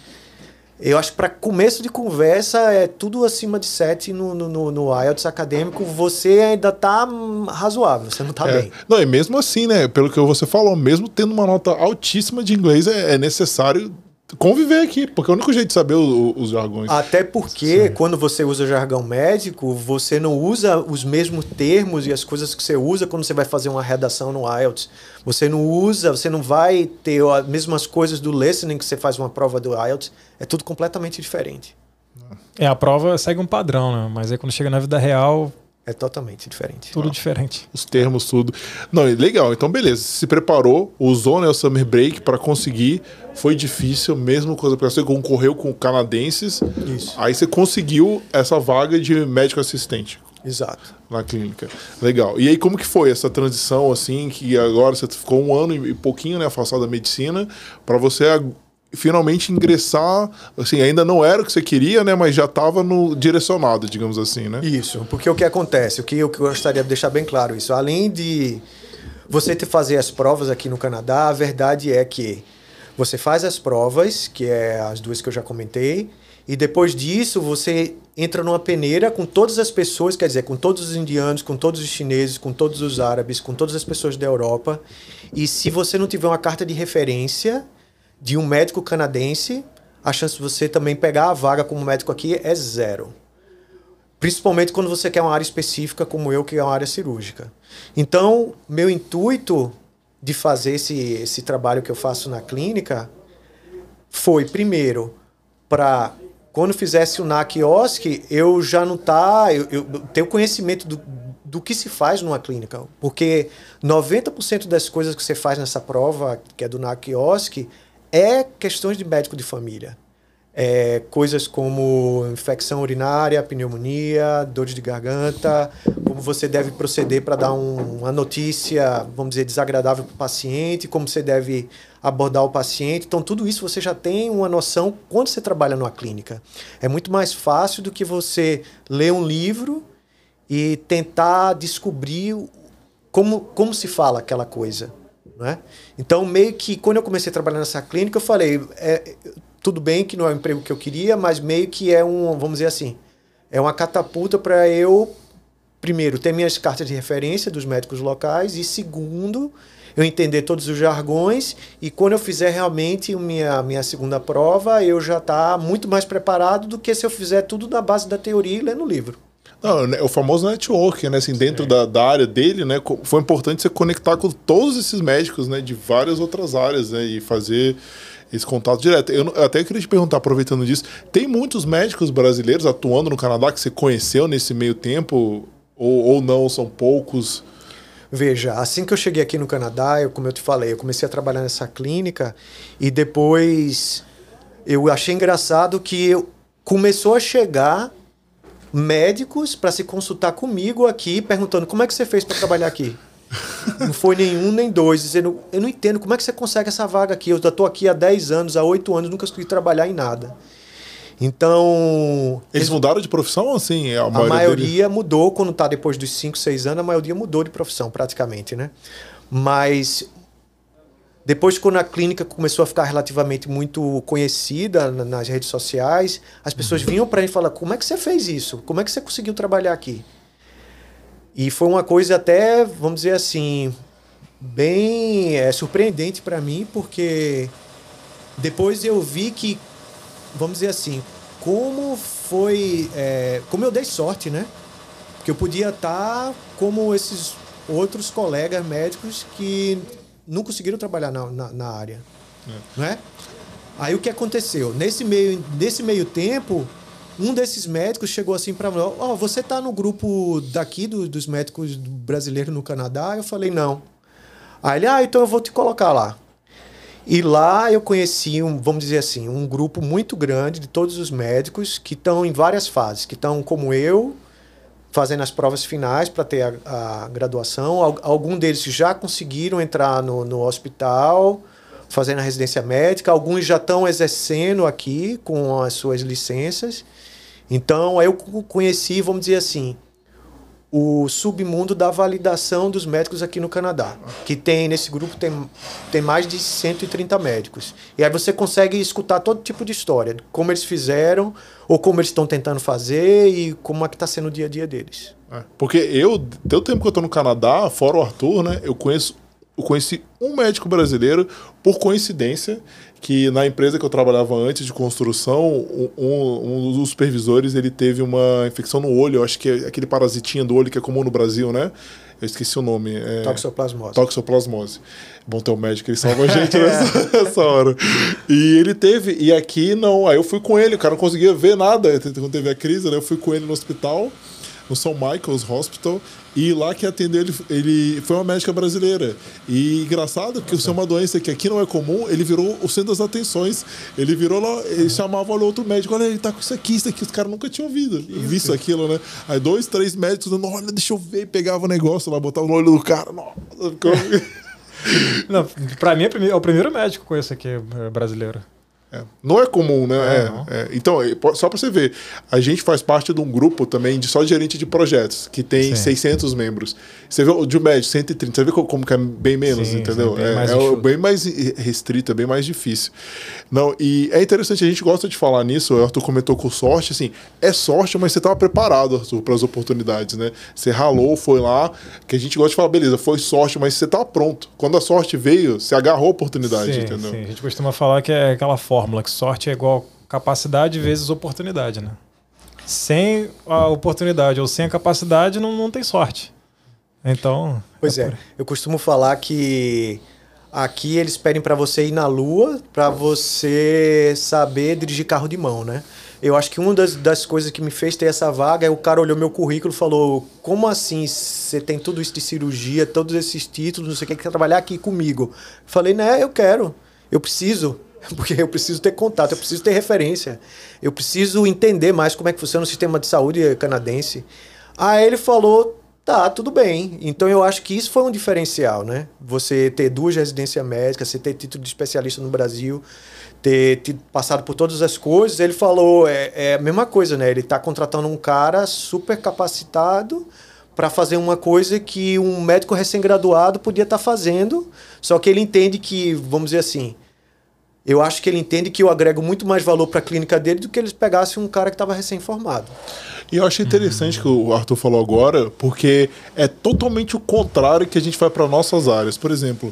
S3: eu acho que para começo de conversa é tudo acima de sete no, no, no I E L T S acadêmico, você ainda tá razoável, você não tá
S2: é.
S3: bem.
S2: Não, e mesmo assim, né, pelo que você falou, mesmo tendo uma nota altíssima de inglês, é, é necessário conviver aqui, porque é o único jeito de saber o, o, os jargões.
S3: Até porque,
S2: Sim.
S3: quando você usa jargão médico, você não usa os mesmos termos e as coisas que você usa quando você vai fazer uma redação no I E L T S. Você não usa, você não vai ter as mesmas coisas do listening que você faz uma prova do I E L T S. É tudo completamente diferente.
S1: É, a prova segue um padrão, né? Mas aí quando chega na vida real...
S3: É totalmente diferente.
S1: Tudo
S2: ah,
S1: diferente.
S2: Os termos, tudo. Não, legal. Então, beleza. Se preparou, usou, né, o Summer Break para conseguir. Foi difícil, mesmo coisa, porque você concorreu com canadenses.
S3: Isso.
S2: Aí você conseguiu essa vaga de médico assistente.
S3: Exato.
S2: Na clínica. Legal. E aí, como que foi essa transição, assim, que agora você ficou um ano e pouquinho, né, afastado da medicina, para você finalmente ingressar, assim, ainda não era o que você queria, né, mas já estava no direcionado, digamos assim, né?
S3: Isso, porque o que acontece, o que eu gostaria de deixar bem claro isso, além de você ter fazer as provas aqui no Canadá, a verdade é que você faz as provas, que é as duas que eu já comentei, e depois disso você entra numa peneira com todas as pessoas, quer dizer, com todos os indianos, com todos os chineses, com todos os árabes, com todas as pessoas da Europa, e se você não tiver uma carta de referência de um médico canadense, a chance de você também pegar a vaga como médico aqui é zero. Principalmente quando você quer uma área específica como eu, que é uma área cirúrgica. Então, meu intuito de fazer esse, esse trabalho que eu faço na clínica foi, primeiro, para quando fizesse o N A C I O S C, eu já não tá, eu, eu tenho conhecimento do, do que se faz numa clínica. Porque noventa por cento das coisas que você faz nessa prova, que é do N A C I O S C, é questões de médico de família. É, coisas como infecção urinária, pneumonia, dores de garganta, como você deve proceder para dar um, uma notícia, vamos dizer, desagradável para o paciente, como você deve abordar o paciente. Então, tudo isso você já tem uma noção quando você trabalha numa clínica. É muito mais fácil do que você ler um livro e tentar descobrir como, como se fala aquela coisa. Né? Então, meio que quando eu comecei a trabalhar nessa clínica, eu falei, é, tudo bem que não é o emprego que eu queria, mas meio que é um, vamos dizer assim, é uma catapulta para eu, primeiro, ter minhas cartas de referência dos médicos locais e, segundo, eu entender todos os jargões e quando eu fizer realmente minha, minha segunda prova, eu já estar tá muito mais preparado do que se eu fizer tudo na base da teoria e lendo o livro.
S2: Não, o famoso network, né? Assim, dentro da, da área dele, né? Foi importante você conectar com todos esses médicos, né? De várias outras áreas, né? E fazer esse contato direto. Eu até queria te perguntar, aproveitando disso, tem muitos médicos brasileiros atuando no Canadá que você conheceu nesse meio tempo? Ou, ou não, são poucos?
S3: Veja, assim que eu cheguei aqui no Canadá, eu, como eu te falei, eu comecei a trabalhar nessa clínica e depois eu achei engraçado que eu, começou a chegar médicos para se consultar comigo aqui, perguntando como é que você fez para trabalhar aqui. Não foi nenhum nem dois, dizendo, eu não entendo como é que você consegue essa vaga aqui, eu já estou aqui há dez anos, há oito anos, nunca consegui trabalhar em nada. Então...
S2: Eles mudaram de profissão, assim? A maioria,
S3: a maioria
S2: deles...
S3: mudou, quando está depois dos cinco, seis anos, a maioria mudou de profissão, praticamente, né? Mas... Depois, quando a clínica começou a ficar relativamente muito conhecida nas redes sociais, as pessoas vinham para mim e falavam, como é que você fez isso? Como é que você conseguiu trabalhar aqui? E foi uma coisa até, vamos dizer assim, bem é, surpreendente para mim, porque depois eu vi que, vamos dizer assim, como foi... É, como eu dei sorte, né? Porque eu podia estar como esses outros colegas médicos que não conseguiram trabalhar na, na, na área. É. Não é? Aí o que aconteceu? Nesse meio, nesse meio tempo, um desses médicos chegou assim para mim, ó, oh, você está no grupo daqui do, dos médicos brasileiros no Canadá? Eu falei, não. Aí ele, ah, então eu vou te colocar lá. E lá eu conheci, um, vamos dizer assim, um grupo muito grande de todos os médicos que estão em várias fases, que estão como eu, fazendo as provas finais para ter a, a graduação. Alguns deles já conseguiram entrar no, no hospital, fazendo a residência médica. Alguns já estão exercendo aqui com as suas licenças. Então, aí eu conheci, vamos dizer assim, o submundo da validação dos médicos aqui no Canadá, que tem, nesse grupo, tem, tem mais de cento e trinta médicos. E aí você consegue escutar todo tipo de história, como eles fizeram, ou como eles estão tentando fazer, e como é que está sendo o dia a dia deles.
S2: É, porque eu, do tempo que eu estou no Canadá, fora o Arthur, né, eu conheço, eu conheci um médico brasileiro, por coincidência, que na empresa que eu trabalhava antes de construção, um, um dos supervisores ele teve uma infecção no olho, eu acho que é aquele parasitinha do olho que é comum no Brasil, né? Eu esqueci o nome. É...
S3: Toxoplasmose.
S2: Toxoplasmose. Bom ter um médico, ele salva a gente nessa, nessa hora. E ele teve, e aqui não, aí eu fui com ele, o cara não conseguia ver nada quando teve a crise, né? Eu fui com ele no hospital, no Saint Michael's Hospital, e lá que atendeu ele, ele foi uma médica brasileira. E engraçado que isso é uma doença que aqui não é comum, ele virou o centro das atenções. Ele virou lá, ele uhum. chamava olha, outro médico, olha, ele tá com isso aqui, isso aqui, os caras nunca tinham ouvido, visto aquilo, né? Aí dois, três médicos, olha, deixa eu ver, pegava o negócio lá, botava no olho do cara, nossa, ficou...
S1: Não, pra mim é o primeiro médico com esse aqui brasileiro.
S2: É. Não é comum, né? É,
S1: é,
S2: é. Então, só para você ver, a gente faz parte de um grupo também de só de gerente de projetos, que tem Sim. seiscentos membros. Você vê o de médio, cento e trinta. Você vê como que é bem menos, Sim, entendeu? Sim, bem, é, mais é bem mais restrito, é bem mais difícil. Não, e é interessante, a gente gosta de falar nisso, o Arthur comentou com sorte, assim, é sorte, mas você estava preparado, Arthur, para as oportunidades, né? Você ralou, foi lá, que a gente gosta de falar, beleza, foi sorte, mas você estava pronto. Quando a sorte veio, você agarrou a oportunidade,
S1: sim,
S2: entendeu?
S1: Sim, a gente costuma falar que é aquela fórmula, que sorte é igual capacidade vezes oportunidade, né? Sem a oportunidade ou sem a capacidade, não, não tem sorte. Então...
S3: Pois é, é eu costumo falar que aqui eles pedem para você ir na Lua para você saber dirigir carro de mão, né? Eu acho que uma das, das coisas que me fez ter essa vaga é o cara olhou meu currículo e falou, como assim você tem tudo isso de cirurgia, todos esses títulos, não sei o que, quer trabalhar aqui comigo? Eu falei, né, eu quero, eu preciso. Porque eu preciso ter contato, eu preciso ter referência, eu preciso entender mais como é que funciona o sistema de saúde canadense. Aí ele falou, tá, tudo bem. Então eu acho que isso foi um diferencial, né? Você ter duas residências médicas, você ter título de especialista no Brasil, ter, ter passado por todas as coisas. Ele falou, é, é a mesma coisa, né? Ele está contratando um cara super capacitado para fazer uma coisa que um médico recém-graduado podia estar tá fazendo, só que ele entende que, vamos dizer assim, eu acho que ele entende que eu agrego muito mais valor para a clínica dele do que eles pegassem um cara que estava recém-formado.
S2: E eu achei interessante o que o Arthur falou agora, porque é totalmente o contrário que a gente vai para nossas áreas. Por exemplo,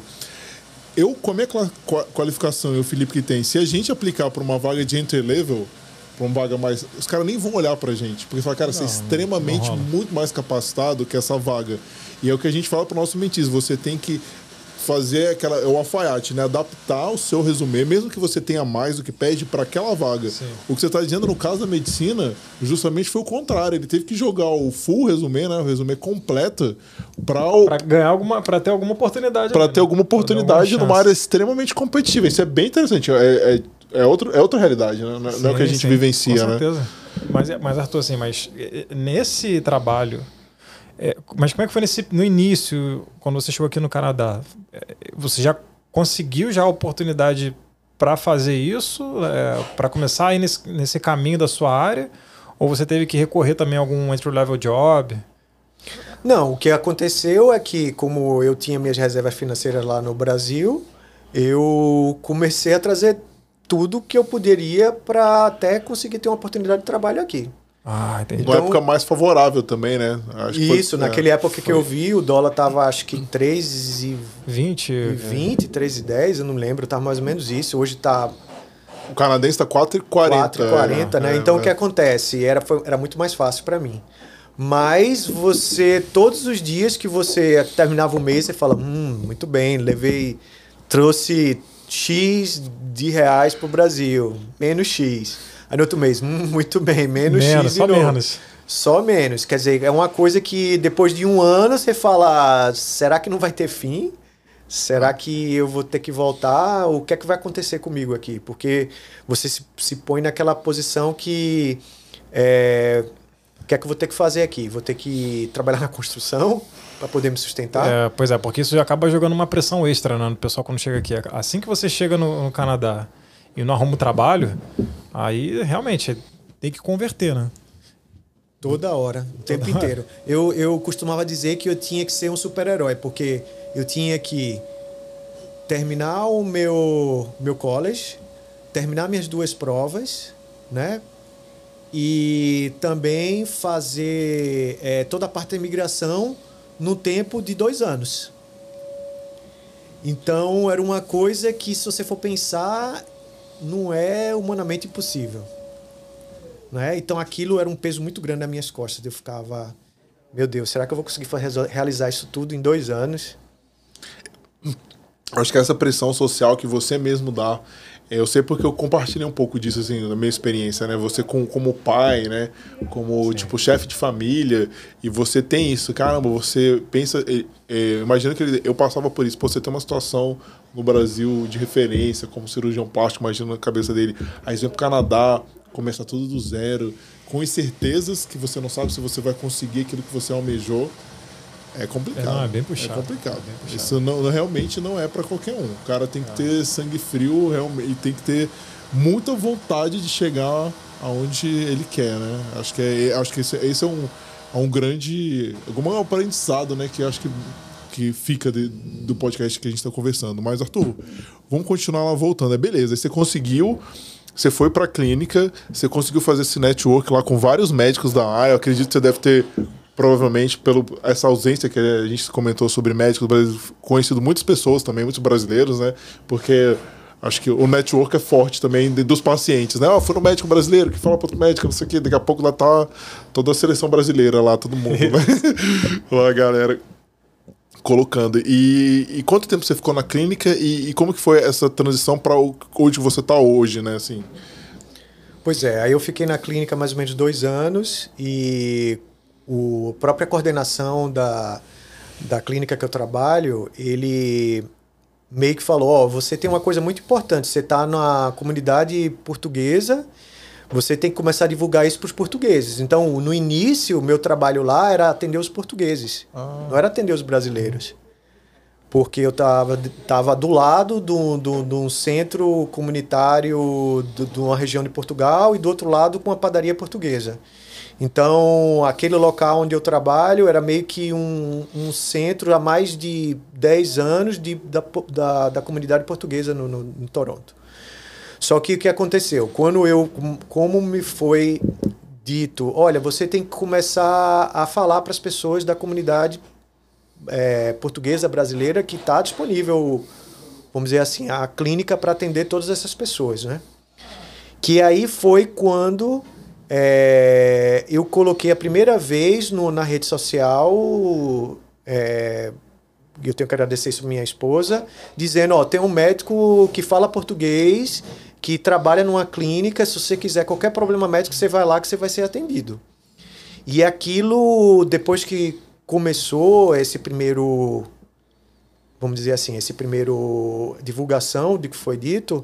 S2: eu, com a minha qualificação e o Felipe que tem, se a gente aplicar para uma vaga de entry level, para uma vaga mais... Os caras nem vão olhar para a gente, porque falam, cara, não, você é extremamente muito mais capacitado que essa vaga. E é o que a gente fala para o nosso mentis, você tem que fazer aquela, o alfaiate, né? Adaptar o seu resumê, mesmo que você tenha mais do que pede para aquela vaga. Sim. O que você está dizendo no caso da medicina, justamente foi o contrário. Ele teve que jogar o full resumê, né? O resumê completo para
S1: para ganhar alguma, para ter alguma oportunidade.
S2: Para ter alguma oportunidade numa área extremamente competitiva. Isso é bem interessante. É, é, é, outro, é outra realidade, né? Não, sim, não é o que a gente sim, vivencia, com certeza. Né?
S1: Mas, mas Arthur, assim, mas nesse trabalho. É, mas como é que foi nesse, no início, quando você chegou aqui no Canadá? Você já conseguiu já a oportunidade para fazer isso, é, para começar aí nesse, nesse caminho da sua área? Ou você teve que recorrer também a algum entry-level job?
S3: Não, o que aconteceu é que, como eu tinha minhas reservas financeiras lá no Brasil, eu comecei a trazer tudo que eu poderia para até conseguir ter uma oportunidade de trabalho aqui.
S1: Ah, entendi.
S2: Então, época mais favorável também, né?
S3: Acho isso, foi, naquela é, época foi. que eu vi, o dólar tava acho que três e vinte, três e dez, eu não lembro, tá mais ou menos isso. Hoje tá...
S2: O canadense tá quatro e quarenta.
S3: quatro e quarenta, né? É, então, é. o que acontece? Era, foi, era muito mais fácil para mim. Mas você, todos os dias que você terminava o mês, você fala, hum, muito bem, levei, trouxe X de reais pro Brasil, menos X. Aí no outro mês, hum, muito bem, menos, menos X de
S1: só
S3: novo.
S1: menos.
S3: Só menos. Quer dizer, é uma coisa que depois de um ano você fala, será que não vai ter fim? Será que eu vou ter que voltar? O que é que vai acontecer comigo aqui? Porque você se, se põe naquela posição que... É, o que é que eu vou ter que fazer aqui? Vou ter que trabalhar na construção para poder me sustentar?
S1: É, pois é, porque isso já acaba jogando uma pressão extra, né, no pessoal quando chega aqui. Assim que você chega no, no Canadá e não arruma o trabalho, aí realmente tem que converter, né?
S3: Toda hora, o tempo Toda inteiro. Eu, eu costumava dizer que eu tinha que ser um super-herói, porque eu tinha que terminar o meu, meu college, terminar minhas duas provas, né? E também fazer é, toda a parte da imigração no tempo de dois anos. Então, era uma coisa que, se você for pensar, não é humanamente impossível. Né? Então, aquilo era um peso muito grande nas minhas costas. Eu ficava, meu Deus, será que eu vou conseguir realizar isso tudo em dois anos?
S2: Acho que essa pressão social que você mesmo dá, eu sei porque eu compartilhei um pouco disso, assim, na minha experiência, né? Você com, como pai, né? Como, Sim. tipo, chefe de família, e você tem isso, caramba, você pensa... É, imagina que eu passava por isso, pô, você tem uma situação no Brasil de referência, como cirurgião plástico, imagina na cabeça dele, aí você vem pro Canadá, começa tudo do zero, com incertezas que você não sabe se você vai conseguir aquilo que você almejou. É complicado. É,
S1: não, é bem puxado.
S2: É complicado.
S1: É bem puxado.
S2: Isso não, realmente não é para qualquer um. O cara tem que é. ter sangue frio realmente, e tem que ter muita vontade de chegar aonde ele quer, né? Acho que, é, acho que esse, esse é, um, é um grande... Algum aprendizado, né? Que acho que, que fica de, do podcast que a gente está conversando. Mas, Arthur, vamos continuar lá voltando. É beleza, aí você conseguiu... Você foi para a clínica, você conseguiu fazer esse network lá com vários médicos da área. Eu acredito que você deve ter... Provavelmente, pela essa ausência que a gente comentou sobre médicos brasileiros, conhecido muitas pessoas também, muitos brasileiros, né? Porque acho que o network é forte também dos pacientes, né? Oh, foi no médico brasileiro que fala para outro médico, não sei o quê. Daqui a pouco lá tá toda a seleção brasileira lá, todo mundo, né? Lá a galera colocando. E, e quanto tempo você ficou na clínica e, e como que foi essa transição para onde você tá hoje, né? Assim.
S3: Pois é, aí eu fiquei na clínica mais ou menos dois anos e... O, a própria coordenação da, da clínica que eu trabalho, ele meio que falou, ó, você tem uma coisa muito importante, você está na comunidade portuguesa, você tem que começar a divulgar isso para os portugueses. Então, no início, o meu trabalho lá era atender os portugueses, ah. não era atender os brasileiros. Porque eu estava tava do lado de um centro comunitário de, de uma região de Portugal e do outro lado com uma padaria portuguesa. Então, aquele local onde eu trabalho era meio que um, um centro há mais de dez anos de, da, da, da comunidade portuguesa no, no, no Toronto. Só que o que aconteceu? Quando eu, como me foi dito, olha, você tem que começar a falar para as pessoas da comunidade é, portuguesa brasileira que está disponível, vamos dizer assim, a clínica para atender todas essas pessoas, né? Que aí foi quando... É, eu coloquei a primeira vez no, na rede social, é, eu tenho que agradecer isso à minha esposa, dizendo, ó, tem um médico que fala português, que trabalha numa clínica, se você quiser qualquer problema médico, você vai lá que você vai ser atendido. E aquilo, depois que começou esse primeiro, vamos dizer assim, esse primeiro divulgação do que foi dito,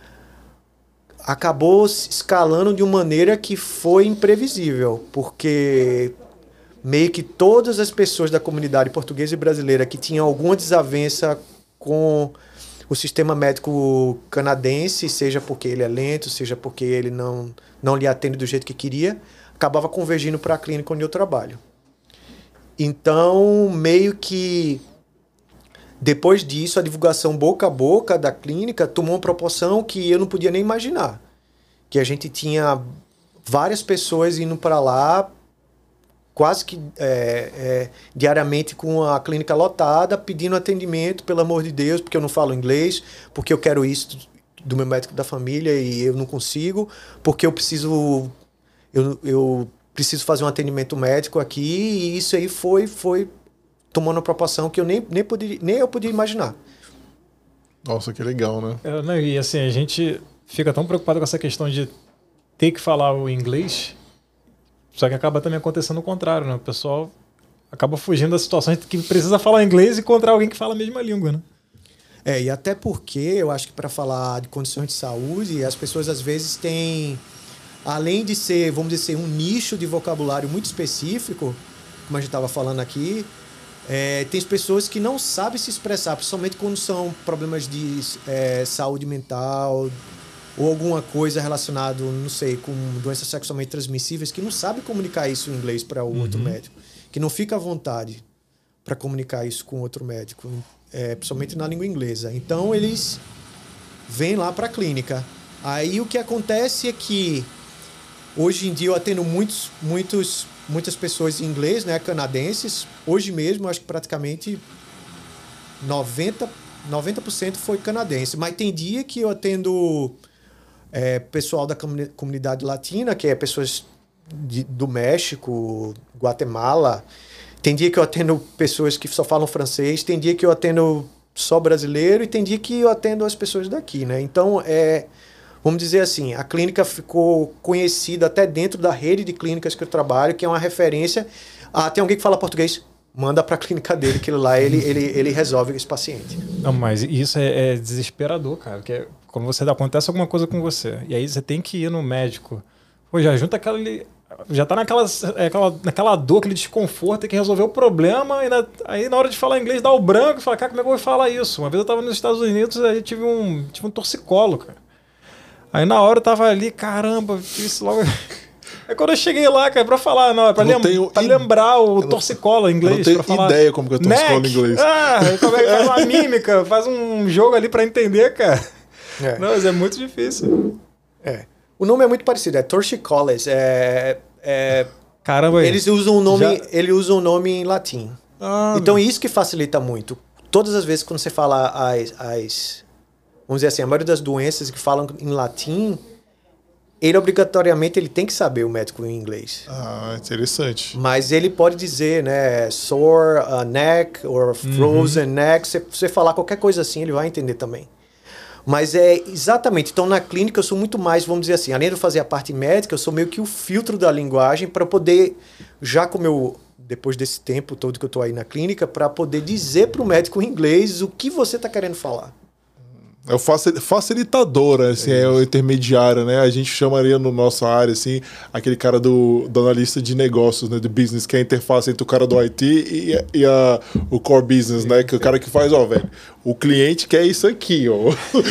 S3: acabou escalando de uma maneira que foi imprevisível, porque meio que todas as pessoas da comunidade portuguesa e brasileira que tinham alguma desavença com o sistema médico canadense, seja porque ele é lento, seja porque ele não, não lhe atende do jeito que queria, acabava convergindo para a clínica onde eu trabalho. Então, meio que depois disso, a divulgação boca a boca da clínica tomou uma proporção que eu não podia nem imaginar. Que a gente tinha várias pessoas indo para lá, quase que é, é, diariamente com a clínica lotada, pedindo atendimento, pelo amor de Deus, porque eu não falo inglês, porque eu quero isso do meu médico da família e eu não consigo, porque eu preciso, eu, eu preciso fazer um atendimento médico aqui, e isso aí foi, foi tomando uma proporção que eu nem, nem, poderia, nem eu podia imaginar.
S2: Nossa, que legal, né?
S1: É, não, e assim, a gente fica tão preocupado com essa questão de ter que falar o inglês, só que acaba também acontecendo o contrário, né? O pessoal acaba fugindo da situação de que precisa falar inglês e encontrar alguém que fala a mesma língua, né?
S3: É, e até porque eu acho que para falar de condições de saúde, as pessoas às vezes têm, além de ser, vamos dizer, um nicho de vocabulário muito específico, como a gente estava falando aqui, é, tem pessoas que não sabem se expressar, principalmente quando são problemas de é, saúde mental ou alguma coisa relacionada, não sei, com doenças sexualmente transmissíveis, que não sabe comunicar isso em inglês para o uhum. outro médico, que não fica à vontade para comunicar isso com outro médico, é, principalmente na língua inglesa. Então, eles vêm lá para a clínica. Aí, o que acontece é que, hoje em dia, eu atendo muitos, muitos, muitas pessoas em inglês, né, canadenses. Hoje mesmo, acho que praticamente noventa por cento foi canadense. Mas tem dia que eu atendo é, pessoal da comunidade latina, que é pessoas de, do México, Guatemala. Tem dia que eu atendo pessoas que só falam francês, tem dia que eu atendo só brasileiro e tem dia que eu atendo as pessoas daqui, né? Então, é, vamos dizer assim, a clínica ficou conhecida até dentro da rede de clínicas que eu trabalho, que é uma referência. Ah, tem alguém que fala português? Manda para a clínica dele, que lá ele, ele, ele resolve esse paciente.
S1: Não, mas isso é, é desesperador, cara. Porque é, quando você dá, acontece alguma coisa com você, e aí você tem que ir no médico. Pô, já junta aquela... Já tá naquela, aquela, naquela dor, aquele desconforto, tem que resolver o problema, e na, aí na hora de falar inglês dá o branco e fala, cara, como é que eu vou falar isso? Uma vez eu tava nos Estados Unidos, aí tive um, tive um torcicolo, cara. Aí na hora eu tava ali, caramba, isso logo... Aí quando eu cheguei lá, cara, pra falar, não, é pra, lem tenho... pra lembrar o eu torcicolo em inglês.
S2: Eu não tenho
S1: pra falar
S2: ideia como que é torcicolo em inglês.
S1: Ah, como é que faz uma mímica, faz um jogo ali pra entender, cara. É. Não, mas é muito difícil.
S3: É. O nome é muito parecido, é torcicollis. É, é,
S1: Caramba,
S3: eles usam o nome, já... ele usa o nome em latim.
S1: Ah,
S3: então isso que facilita muito. Todas as vezes quando você fala as, as, vamos dizer assim, a maioria das doenças que falam em latim, ele obrigatoriamente ele tem que saber o médico em inglês.
S2: Ah, interessante.
S3: Mas ele pode dizer, né, sore uh, neck or frozen uhum. neck. Se você falar qualquer coisa assim, ele vai entender também. Mas é exatamente, então na clínica eu sou muito mais, vamos dizer assim, além de eu fazer a parte médica, eu sou meio que o filtro da linguagem para poder, já como eu, depois desse tempo todo que eu estou aí na clínica, para poder dizer para o médico em inglês o que você está querendo falar.
S2: É o facilitador, assim, é, é o intermediário, né? A gente chamaria no nossa área, assim, aquele cara do, do analista de negócios, né? Do business, que é a interface entre o cara do I T e, e a, o core business, né? Que é o cara que faz, ó, velho, o cliente quer isso aqui, ó.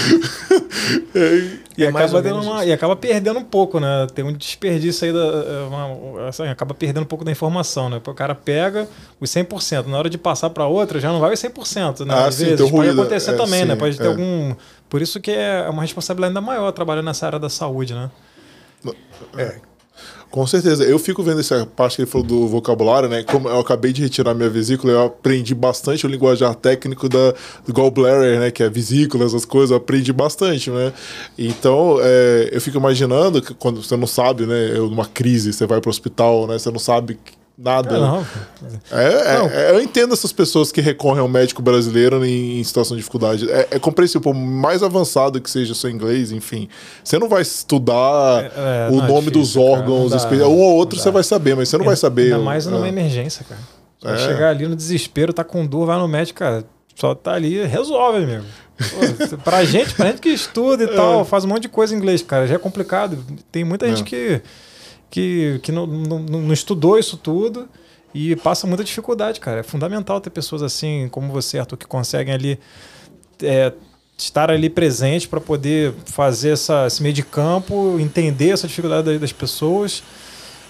S1: E, é acaba dando uma, e acaba perdendo um pouco, né? Tem um desperdício aí, da, uma, assim, acaba perdendo um pouco da informação, né? O cara pega os cem por cento, na hora de passar para outra já não vai os cem por cento, né?
S2: Ah,
S1: Às
S2: sim,
S1: vezes pode
S2: ruído.
S1: acontecer
S2: é,
S1: também,
S2: sim,
S1: né? Pode ter
S2: é.
S1: algum... Por isso que é uma responsabilidade ainda maior trabalhar nessa área da saúde, né?
S2: É. Com certeza. Eu fico vendo essa parte que ele falou do vocabulário, né? Como eu acabei de retirar minha vesícula, eu aprendi bastante o linguajar técnico da, do gallbladder, né? Que é vesícula, essas coisas, eu aprendi bastante, né? Então, é, eu fico imaginando que quando você não sabe, né? Numa crise, você vai para o hospital, né? Você não sabe nada.
S1: É, não.
S2: É,
S1: não.
S2: É, eu entendo essas pessoas que recorrem ao médico brasileiro em, em situação de dificuldade. É, é compreensível, por mais avançado que seja o seu inglês, enfim. Você não vai estudar é, é, o não, nome é difícil, dos órgãos, dá, um ou outro você vai saber, mas você não
S1: ainda,
S2: vai saber.
S1: Ainda mais numa é. emergência, cara. Você vai chegar ali no desespero, tá com dor, vai no médico, cara, só tá ali, resolve, amigo. Pô, pra gente, pra gente que estuda e é. tal, faz um monte de coisa em inglês, cara, já é complicado. Tem muita gente que que, que não, não, não estudou isso tudo e passa muita dificuldade, cara. É fundamental ter pessoas assim como você, Arthur, que conseguem ali é, estar ali presente para poder fazer essa, esse meio de campo, entender essa dificuldade das pessoas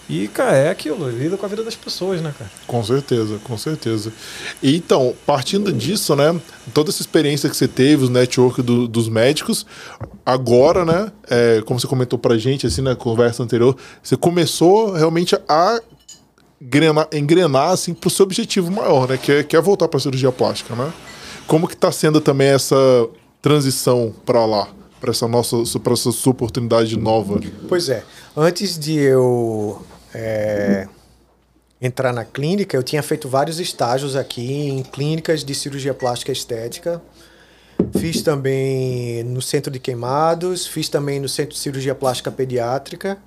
S1: E, cara, é aquilo, lida com a vida das pessoas, né, cara?
S2: Com certeza, com certeza. E, então, partindo disso, né, toda essa experiência que você teve, o network do, dos médicos, agora, né, é, como você comentou pra gente, assim, na conversa anterior, você começou realmente a engrenar, engrenar assim, pro seu objetivo maior, né, que é, que é voltar pra cirurgia plástica, né? Como que tá sendo também essa transição pra lá? Para essa nossa, para essa sua oportunidade nova?
S3: Pois é. Antes de eu é, entrar na clínica, eu tinha feito vários estágios aqui em clínicas de cirurgia plástica e estética. Fiz também no Centro de Queimados, fiz também no Centro de Cirurgia Plástica Pediátrica.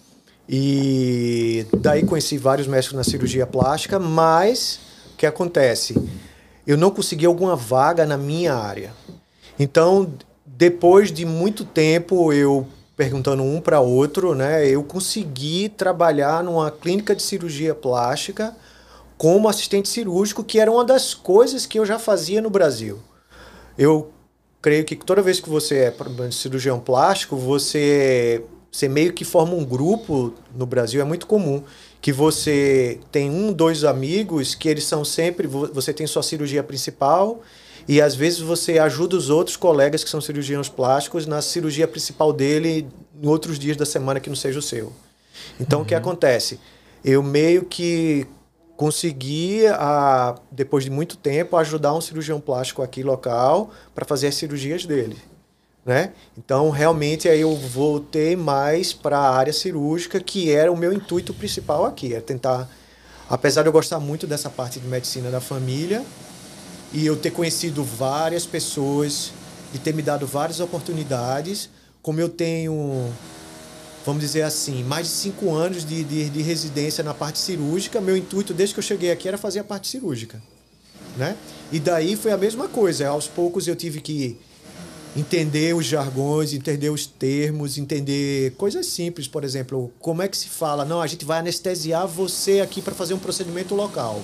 S3: E daí conheci vários médicos na cirurgia plástica, mas o que acontece? Eu não consegui alguma vaga na minha área. Então, depois de muito tempo, eu perguntando um para outro, né, eu consegui trabalhar numa clínica de cirurgia plástica como assistente cirúrgico, que era uma das coisas que eu já fazia no Brasil. Eu creio que toda vez que você é cirurgião plástico, você, você meio que forma um grupo no Brasil, é muito comum, que você tem um, dois amigos que eles são sempre, você tem sua cirurgia principal. E às vezes você ajuda os outros colegas que são cirurgiões plásticos na cirurgia principal dele em outros dias da semana que não seja o seu. Então, uhum. O que acontece? Eu meio que consegui, a, depois de muito tempo, ajudar um cirurgião plástico aqui local para fazer as cirurgias dele. Né? Então, realmente, aí eu voltei mais para a área cirúrgica, que era o meu intuito principal aqui. É tentar, apesar de eu gostar muito dessa parte de medicina da família, e eu ter conhecido várias pessoas, de ter me dado várias oportunidades, como eu tenho, vamos dizer assim, mais de cinco anos de, de, de residência na parte cirúrgica, meu intuito desde que eu cheguei aqui era fazer a parte cirúrgica. Né? E daí foi a mesma coisa, aos poucos eu tive que entender os jargões, entender os termos, entender coisas simples, por exemplo, como é que se fala, não, a gente vai anestesiar você aqui para fazer um procedimento local.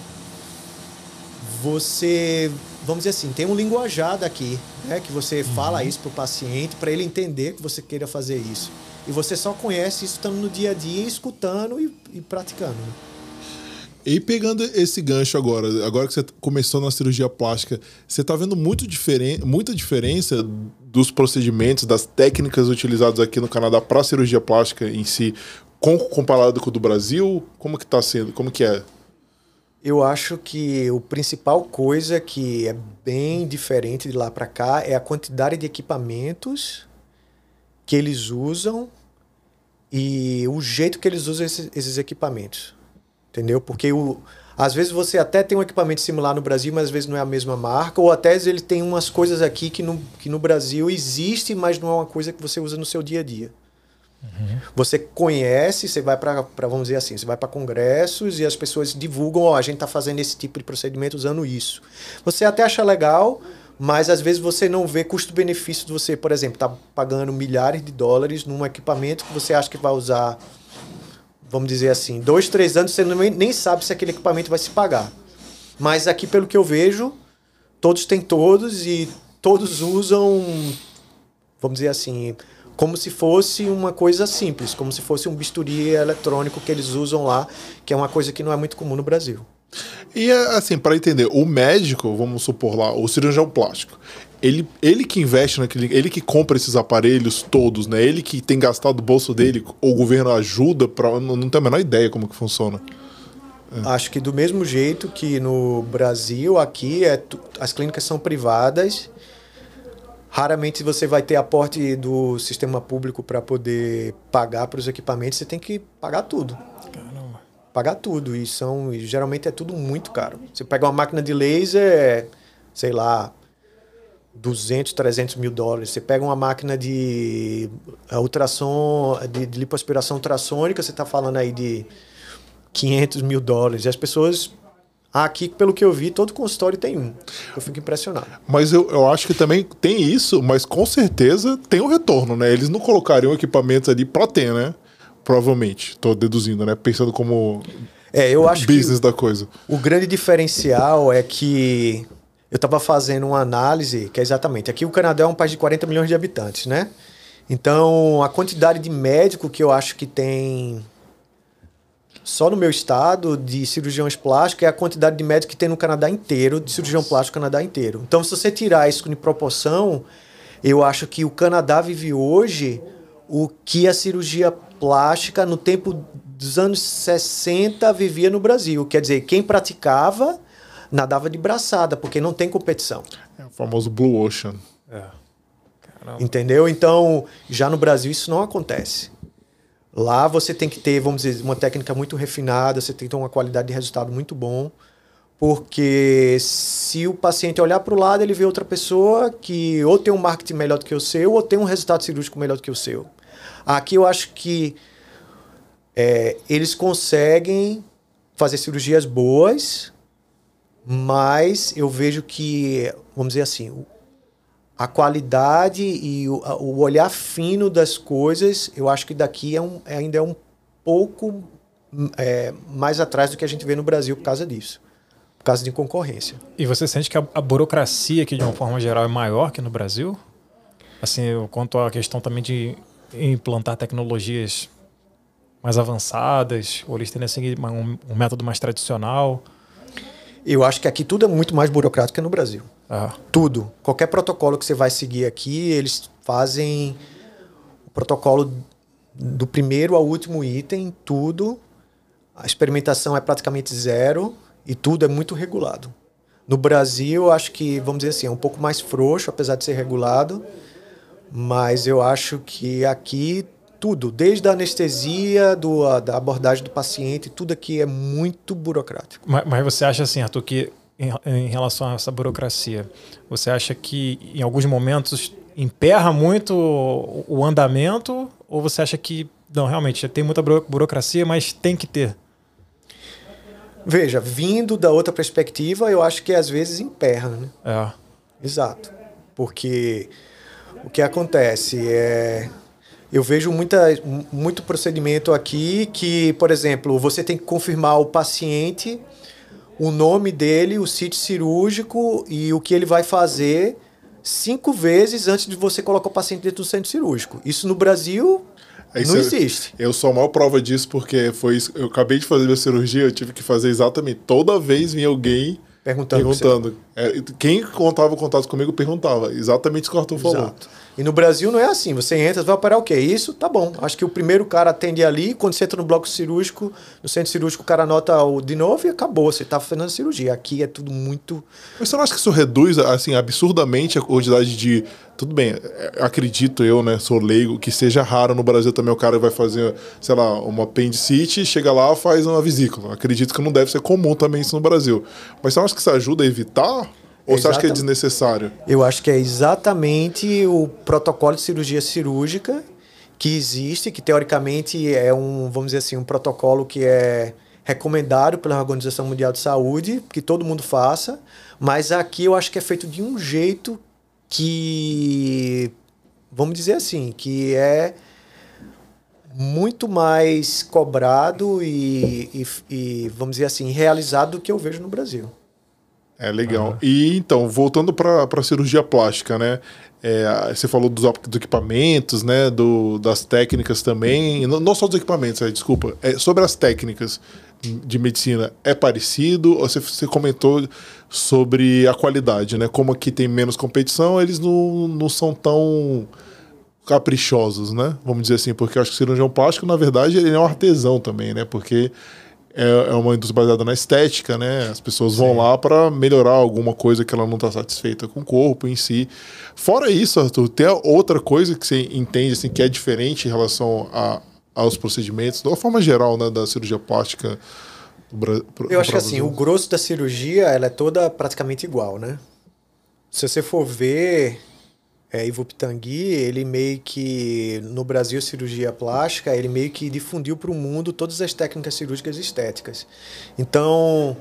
S3: Você, vamos dizer assim, tem um linguajar daqui, né, que você uhum. fala isso para o paciente, para ele entender que você queira fazer isso. E você só conhece isso estando no dia a dia, escutando e, e praticando. Né?
S2: E pegando esse gancho agora, agora que você começou na cirurgia plástica, você está vendo muito diferen- muita diferença dos procedimentos, das técnicas utilizadas aqui no Canadá para a cirurgia plástica em si, com, comparado com o do Brasil? Como que está sendo? Como que é?
S3: Eu acho que a principal coisa que é bem diferente de lá para cá é a quantidade de equipamentos que eles usam e o jeito que eles usam esses, esses equipamentos. Entendeu? Porque o, às vezes você até tem um equipamento similar no Brasil, mas às vezes não é a mesma marca, ou até ele tem umas coisas aqui que no, que no Brasil existe, mas não é uma coisa que você usa no seu dia a dia. Uhum. Você conhece, você vai para, vamos dizer assim, você vai para congressos e as pessoas divulgam, ó, a gente está fazendo esse tipo de procedimento usando isso. Você até acha legal, mas às vezes você não vê custo-benefício de você, por exemplo, tá pagando milhares de dólares num equipamento que você acha que vai usar, vamos dizer assim, dois, três anos, você nem sabe se aquele equipamento vai se pagar. Mas aqui, pelo que eu vejo, todos têm todos e todos usam, vamos dizer assim, como se fosse uma coisa simples, como se fosse um bisturi eletrônico que eles usam lá, que é uma coisa que não é muito comum no Brasil.
S2: E assim, para entender, o médico, vamos supor lá, o cirurgião plástico, ele, ele que investe naquele, ele que compra esses aparelhos todos, né? Ele que tem gastado do bolso dele, ou o governo ajuda, para não, não tenho a menor ideia como que funciona.
S3: É. Acho que do mesmo jeito que no Brasil, aqui é, as clínicas são privadas. Raramente você vai ter aporte do sistema público para poder pagar para os equipamentos. Você tem que pagar tudo. Caramba. Pagar tudo. E, são, e geralmente é tudo muito caro. Você pega uma máquina de laser, sei lá, duzentos, trezentos mil dólares. Você pega uma máquina de ultrassom, de, de lipoaspiração ultrassônica, você está falando aí de quinhentos mil dólares. E as pessoas... Aqui, pelo que eu vi, todo consultório tem um. Eu fico impressionado.
S2: Mas eu, eu acho que também tem isso, mas com certeza tem um retorno, né? Eles não colocariam equipamentos ali pra ter, né? Provavelmente. Tô deduzindo, né? Pensando como
S3: é, eu acho
S2: business
S3: que
S2: da coisa.
S3: O grande diferencial é que eu estava fazendo uma análise, que é exatamente... Aqui o Canadá é um país de quarenta milhões de habitantes, né? Então, a quantidade de médico que eu acho que tem... só no meu estado, de cirurgiões plásticos, é a quantidade de médicos que tem no Canadá inteiro, de cirurgião plástico no Canadá inteiro. Então, se você tirar isso em proporção, eu acho que o Canadá vive hoje o que a cirurgia plástica, no tempo dos anos sessenta, vivia no Brasil. Quer dizer, quem praticava, nadava de braçada, porque não tem competição.
S2: É o famoso Blue Ocean.
S1: É.
S3: Entendeu? Então, já no Brasil isso não acontece. Lá você tem que ter, vamos dizer, uma técnica muito refinada, você tem que ter uma qualidade de resultado muito bom, porque se o paciente olhar para o lado, ele vê outra pessoa que ou tem um marketing melhor do que o seu, ou tem um resultado cirúrgico melhor do que o seu. Aqui eu acho que é, eles conseguem fazer cirurgias boas, mas eu vejo que, vamos dizer assim, a qualidade e o, o olhar fino das coisas, eu acho que daqui é um, ainda é um pouco é, mais atrás do que a gente vê no Brasil por causa disso, por causa de concorrência.
S1: E você sente que a, a burocracia aqui, de uma forma geral, é maior que no Brasil? Assim, quanto à questão também de implantar tecnologias mais avançadas, ou eles tendem a seguir um, um método mais tradicional?
S3: Eu acho que aqui tudo é muito mais burocrático que no Brasil.
S1: Ah.
S3: Tudo. Qualquer protocolo que você vai seguir aqui, eles fazem o protocolo do primeiro ao último item, tudo. A experimentação é praticamente zero e tudo é muito regulado. No Brasil, eu acho que, vamos dizer assim, é um pouco mais frouxo, apesar de ser regulado, mas eu acho que aqui tudo, desde a anestesia, do, a, da abordagem do paciente, tudo aqui é muito burocrático.
S1: Mas, mas você acha assim, Arthur, que em, em relação a essa burocracia, você acha que em alguns momentos emperra muito o, o andamento, ou você acha que, não, realmente, tem muita burocracia, mas tem que ter?
S3: Veja, vindo da outra perspectiva, eu acho que às vezes emperra, né?
S1: É.
S3: Exato. Porque o que acontece é... Eu vejo muita, muito procedimento aqui que, por exemplo, você tem que confirmar o paciente, o nome dele, o sítio cirúrgico e o que ele vai fazer cinco vezes antes de você colocar o paciente dentro do centro cirúrgico. Isso no Brasil
S2: Aí
S3: não
S2: cê,
S3: existe.
S2: Eu sou a maior prova disso porque foi isso, eu acabei de fazer minha cirurgia, eu tive que fazer exatamente. Toda vez vinha alguém
S3: perguntando.
S2: perguntando. É, quem contava o contato comigo perguntava. Exatamente isso que o Arthur falou.
S3: Exato. E no Brasil não é assim. Você entra, vai operar o quê? Isso? Tá bom. Acho que o primeiro cara atende ali, quando você entra no bloco cirúrgico, no centro cirúrgico, o cara anota o de novo e acabou. Você tá fazendo a cirurgia. Aqui é tudo muito...
S2: Mas você não acha que isso reduz, assim, absurdamente a quantidade de... Tudo bem, acredito eu, né, sou leigo, que seja raro no Brasil também o cara vai fazer, sei lá, uma apendicite, chega lá e faz uma vesícula. Acredito que não deve ser comum também isso no Brasil. Mas você não acha que isso ajuda a evitar? Ou você acha que é desnecessário?
S3: Eu acho que é exatamente o protocolo de cirurgia cirúrgica que existe, que teoricamente é um, vamos dizer assim, um protocolo que é recomendado pela Organização Mundial de Saúde, que todo mundo faça, mas aqui eu acho que é feito de um jeito que, vamos dizer assim, que é muito mais cobrado e, e, e vamos dizer assim, realizado do que eu vejo no Brasil.
S2: É legal. Uhum. E então, voltando para a cirurgia plástica, né? É, você falou dos, dos equipamentos, né? Do, das técnicas também. Não, não só dos equipamentos, é, desculpa. É, sobre as técnicas de medicina, é parecido? Ou você, você comentou sobre a qualidade, né? Como aqui tem menos competição, eles não, não são tão caprichosos, né? Vamos dizer assim, porque eu acho que o cirurgião plástico, na verdade, ele é um artesão também, né? Porque é uma indústria baseada na estética, né? As pessoas vão Sim. lá para melhorar alguma coisa que ela não está satisfeita com o corpo em si. Fora isso, Arthur, tem outra coisa que você entende assim, que é diferente em relação a, aos procedimentos, de uma forma geral, né, da cirurgia plástica? Do, pro,
S3: Eu acho que assim, o grosso da cirurgia ela é toda praticamente igual, né? Se você for ver... É, Ivo Pitangui, ele meio que, no Brasil, cirurgia plástica, ele meio que difundiu para o mundo todas as técnicas cirúrgicas estéticas. Então,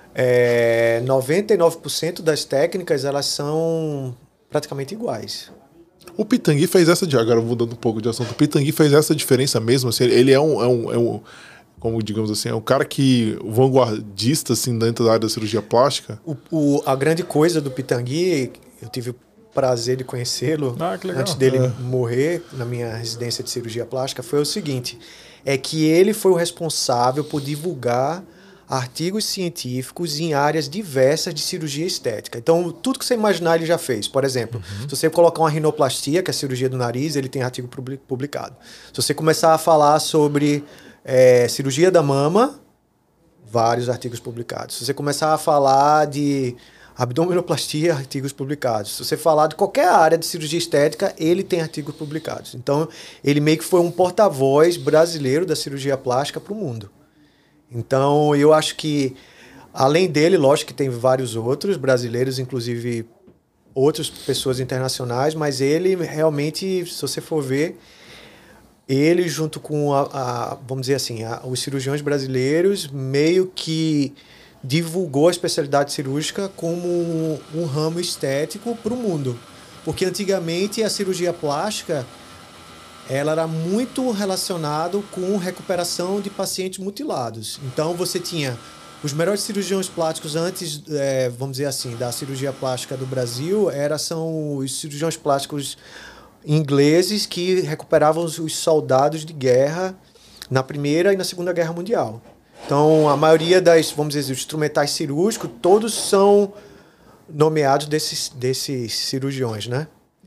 S3: é, noventa e nove por cento das técnicas, elas são praticamente iguais.
S2: O Pitangui fez essa, agora mudando um pouco de assunto, o Pitangui fez essa diferença mesmo, assim, ele é um, é um, é um como digamos assim, é um cara que, vanguardista, assim, dentro da área da cirurgia plástica.
S3: O, o, a grande coisa do Pitangui, eu tive prazer de conhecê-lo
S1: ah,
S3: antes dele
S2: é.
S3: morrer na minha residência de cirurgia plástica foi o seguinte, é que ele foi o responsável por divulgar artigos científicos em áreas diversas de cirurgia estética. Então, tudo que você imaginar ele já fez. Por exemplo, uhum. se você colocar uma rinoplastia, que é a cirurgia do nariz, ele tem artigo publicado. Se você começar a falar sobre é, cirurgia da mama, vários artigos publicados. Se você começar a falar de abdominoplastia, artigos publicados. Se você falar de qualquer área de cirurgia estética, ele tem artigos publicados. Então, ele meio que foi um porta-voz brasileiro da cirurgia plástica para o mundo. Então, eu acho que, além dele, lógico que tem vários outros brasileiros, inclusive outras pessoas internacionais, mas ele realmente, se você for ver, ele junto com, a, a, vamos dizer assim, a, os cirurgiões brasileiros, meio que divulgou a especialidade cirúrgica como um, um ramo estético para o mundo. Porque antigamente a cirurgia plástica ela era muito relacionada com recuperação de pacientes mutilados. Então você tinha os melhores cirurgiões plásticos antes, é, vamos dizer assim, da cirurgia plástica do Brasil, era, são os cirurgiões plásticos ingleses que recuperavam os, os soldados de guerra na Primeira e na Segunda Guerra Mundial. Então, a maioria das, vamos dizer, os instrumentais cirúrgicos, todos são nomeados desses, desses cirurgiões, né?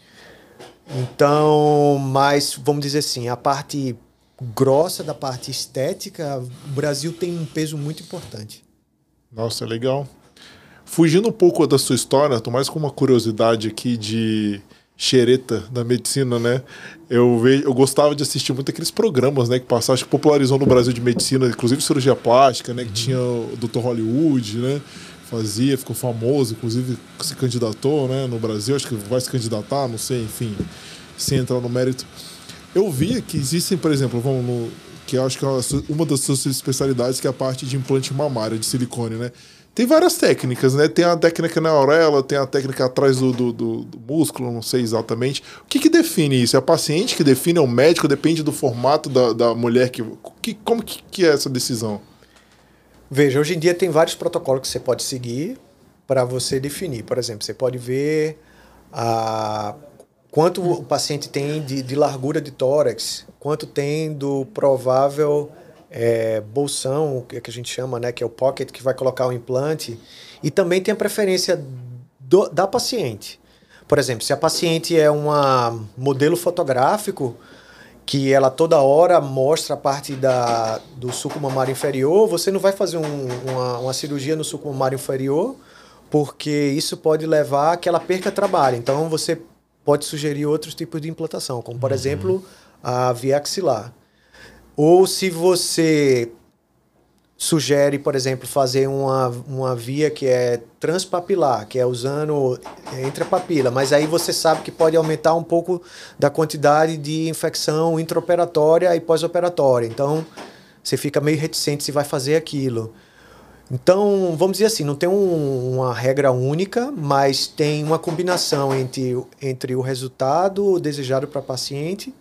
S3: Então, mas, vamos dizer assim, a parte grossa da parte estética, o Brasil tem um peso muito importante.
S2: Nossa, legal. Fugindo um pouco da sua história, tô mais com uma curiosidade aqui de xereta da medicina, né? Eu, ve... eu gostava de assistir muito aqueles programas, né, que passaram, acho que popularizou no Brasil de medicina, inclusive cirurgia plástica, né, que tinha o doutor Hollywood, né, fazia, ficou famoso, inclusive se candidatou, né, no Brasil, acho que vai se candidatar, não sei, enfim, sem entrar no mérito. Eu vi que existem, por exemplo, vamos no, que eu acho que é uma das suas especialidades, que é a parte de implante mamário, de silicone, né? Tem várias técnicas, né? Tem a técnica na auréola, tem a técnica atrás do, do, do, do músculo, não sei exatamente. O que, que define isso? É a paciente que define, é o médico? Depende do formato da, da mulher? Que, que, como que, que é essa decisão?
S3: Veja, hoje em dia tem vários protocolos que você pode seguir para você definir. Por exemplo, você pode ver a, quanto o paciente tem de, de largura de tórax, quanto tem do provável... É, bolsão, que a gente chama, né, que é o pocket, que vai colocar o implante, e também tem a preferência do, da paciente. Por exemplo, se a paciente é uma modelo fotográfico, que ela toda hora mostra a parte da, do suco mamário inferior, você não vai fazer um, uma, uma cirurgia no suco mamário inferior, porque isso pode levar a que ela perca trabalho. Então, você pode sugerir outros tipos de implantação, como, por uhum. exemplo, a via axilar. Ou se você sugere, por exemplo, fazer uma, uma via que é transpapilar, que é usando entre a papila, mas aí você sabe que pode aumentar um pouco da quantidade de infecção intraoperatória e pós-operatória. Então, você fica meio reticente se vai fazer aquilo. Então, vamos dizer assim, não tem um, uma regra única, mas tem uma combinação entre, entre o resultado desejado para a paciente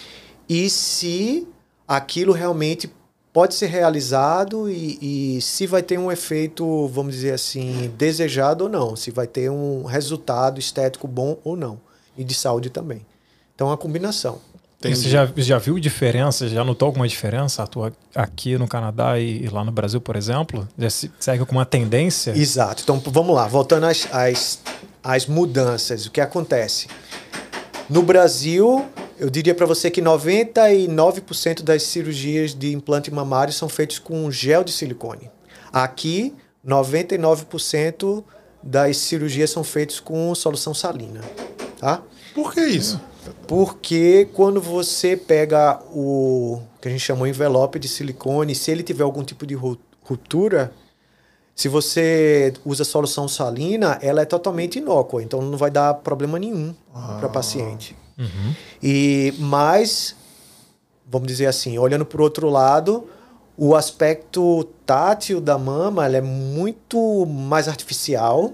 S3: e se... aquilo realmente pode ser realizado e, e se vai ter um efeito, vamos dizer assim, desejado ou não. Se vai ter um resultado estético bom ou não. E de saúde também. Então, é uma combinação.
S1: Você já, já viu diferença? Já notou alguma diferença atua aqui no Canadá e, e lá no Brasil, por exemplo? Já se, segue com uma tendência?
S3: Exato. Então, vamos lá. Voltando às, às, às mudanças. O que acontece? No Brasil... eu diria para você que noventa e nove por cento das cirurgias de implante mamário são feitas com gel de silicone. Aqui, noventa e nove por cento das cirurgias são feitas com solução salina. Tá?
S2: Por que isso?
S3: Porque quando você pega o que a gente chama de envelope de silicone, se ele tiver algum tipo de ruptura, se você usa solução salina, ela é totalmente inócua, então não vai dar problema nenhum ah. para o paciente. Uhum. E mais, vamos dizer assim, olhando para o outro lado, o aspecto tátil da mama ela é muito mais artificial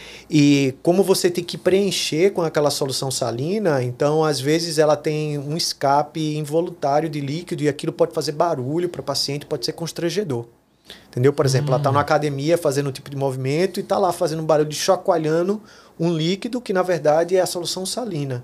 S3: e como você tem que preencher com aquela solução salina, então às vezes ela tem um escape involuntário de líquido e aquilo pode fazer barulho para o paciente, pode ser constrangedor. Entendeu? Por exemplo, hum. ela está na academia fazendo um tipo de movimento e está lá fazendo um barulho de chacoalhando um líquido que, na verdade, é a solução salina.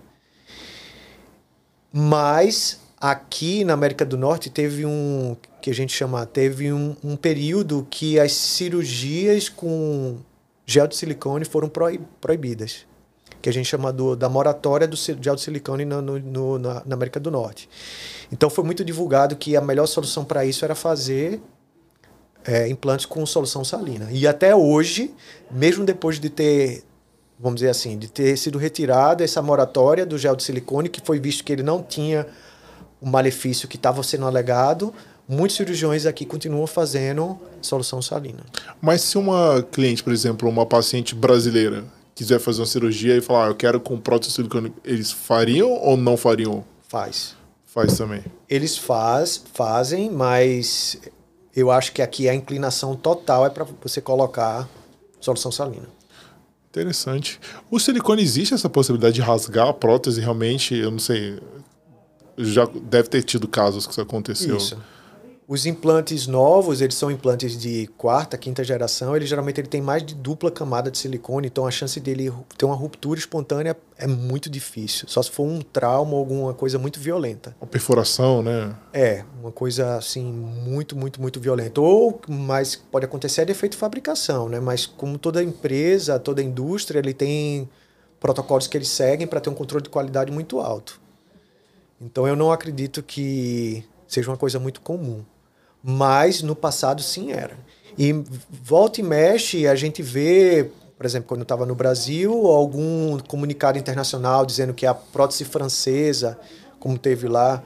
S3: Mas aqui na América do Norte teve um, que a gente chama, teve um, um período que as cirurgias com gel de silicone foram proibidas, que a gente chama do, da moratória do gel de silicone no, no, no, na, na América do Norte. Então foi muito divulgado que a melhor solução para isso era fazer é, implantes com solução salina. E até hoje, mesmo depois de ter, vamos dizer assim, de ter sido retirada essa moratória do gel de silicone, que foi visto que ele não tinha o malefício que estava sendo alegado, muitos cirurgiões aqui continuam fazendo solução salina.
S2: Mas se uma cliente, por exemplo, uma paciente brasileira, quiser fazer uma cirurgia e falar, ah, eu quero com prótese de silicone, eles fariam ou não fariam?
S3: Faz.
S2: Faz também.
S3: Eles faz, fazem, mas eu acho que aqui a inclinação total é para você colocar solução salina.
S2: Interessante. O silicone, existe essa possibilidade de rasgar a prótese realmente? Eu não sei, já deve ter tido casos que isso aconteceu.
S3: Isso. Os implantes novos, eles são implantes de quarta, quinta geração, ele geralmente ele tem mais de dupla camada de silicone, então a chance dele ter uma ruptura espontânea é muito difícil, só se for um trauma ou alguma coisa muito violenta.
S2: Uma perfuração, né?
S3: É, uma coisa assim muito, muito, muito violenta. Ou, mas pode acontecer é defeito de fabricação, né? Mas como toda empresa, toda indústria, ele tem protocolos que eles seguem para ter um controle de qualidade muito alto. Então eu não acredito que seja uma coisa muito comum. Mas no passado sim era. E volta e mexe, a gente vê, por exemplo, quando eu estava no Brasil, algum comunicado internacional dizendo que a prótese francesa, como teve lá,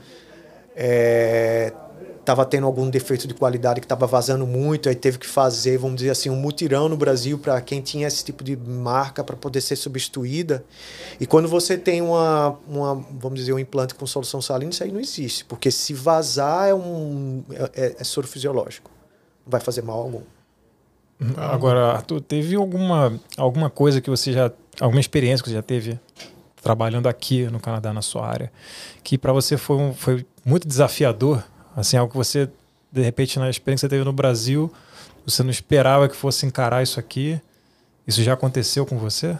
S3: estava é, tendo algum defeito de qualidade que estava vazando muito, aí teve que fazer, vamos dizer assim, um mutirão no Brasil para quem tinha esse tipo de marca para poder ser substituída. E quando você tem uma, uma, vamos dizer, um implante com solução salina, isso aí não existe, porque se vazar é, um, é, é soro fisiológico, não vai fazer mal algum.
S1: Agora, Arthur, teve alguma, alguma coisa que você já, alguma experiência que você já teve trabalhando aqui no Canadá, na sua área, que para você foi, um, foi muito desafiador, assim, algo que você, de repente, na experiência que você teve no Brasil, você não esperava que fosse encarar isso aqui? Isso já aconteceu com você?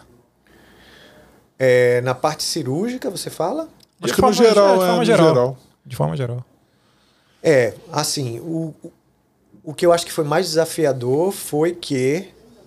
S3: É, na parte cirúrgica, você fala?
S2: Acho que no geral,
S1: de forma
S2: é,
S1: geral.
S2: no geral.
S1: De forma geral.
S3: É, assim, o, o que eu acho que foi mais desafiador foi que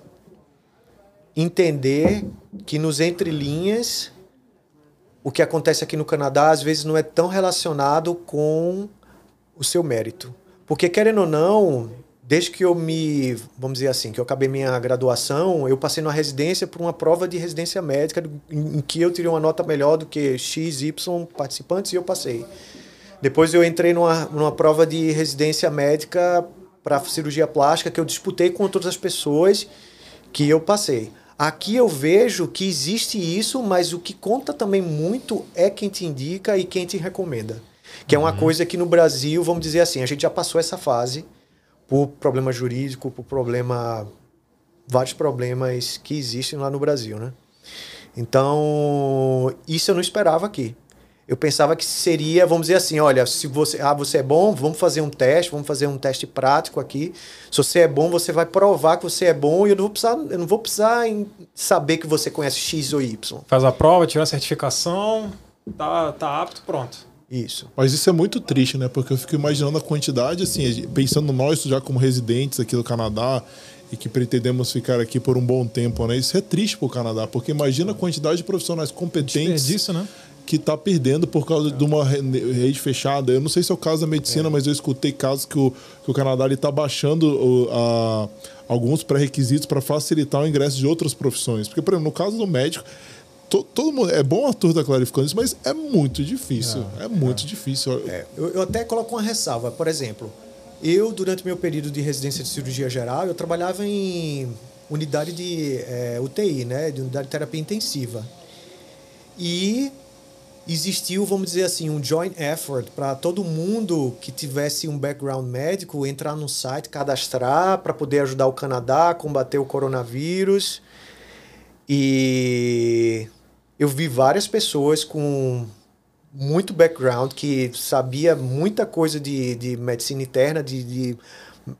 S3: entender que nos entrelinhas o que acontece aqui no Canadá às vezes não é tão relacionado com o seu mérito. Porque, querendo ou não, desde que eu me, vamos dizer assim, que eu acabei minha graduação, eu passei numa residência por uma prova de residência médica em que eu tirei uma nota melhor do que X, Y participantes e eu passei. Depois eu entrei numa, numa prova de residência médica para cirurgia plástica que eu disputei com todas as pessoas que eu passei. Aqui eu vejo que existe isso, mas o que conta também muito é quem te indica e quem te recomenda. Que é uma uhum. coisa que no Brasil, vamos dizer assim, a gente já passou essa fase por problema jurídico, por problema... vários problemas que existem lá no Brasil, né? Então, isso eu não esperava aqui. Eu pensava que seria, vamos dizer assim, olha, se você, ah, você é bom, vamos fazer um teste, vamos fazer um teste prático aqui. Se você é bom, você vai provar que você é bom e eu não vou precisar, eu não vou precisar em saber que você conhece X ou Y.
S1: Faz a prova, tira a certificação, tá, tá apto, pronto.
S3: Isso.
S2: Mas isso é muito triste, né? Porque eu fico imaginando a quantidade, assim, pensando nós já como residentes aqui do Canadá e que pretendemos ficar aqui por um bom tempo, né? Isso é triste pro Canadá, porque imagina a quantidade de profissionais competentes...
S1: Desperdício, né?
S2: Que está perdendo por causa é. de uma rede fechada. Eu não sei se é o caso da medicina, é. mas eu escutei casos que o, que o Canadá está baixando o, a, alguns pré-requisitos para facilitar o ingresso de outras profissões. Porque, por exemplo, no caso do médico, to, todo mundo, é bom o Arthur estar clarificando isso, mas é muito difícil. É, é muito é. difícil.
S3: É. Eu, eu até coloco uma ressalva. Por exemplo, eu, durante meu período de residência de cirurgia geral, eu trabalhava em unidade de é, U T I, né, de unidade de terapia intensiva. E... existiu, vamos dizer assim, um joint effort para todo mundo que tivesse um background médico entrar no site, cadastrar para poder ajudar o Canadá a combater o coronavírus. E eu vi várias pessoas com muito background, que sabia muita coisa de, de medicina interna, de, de,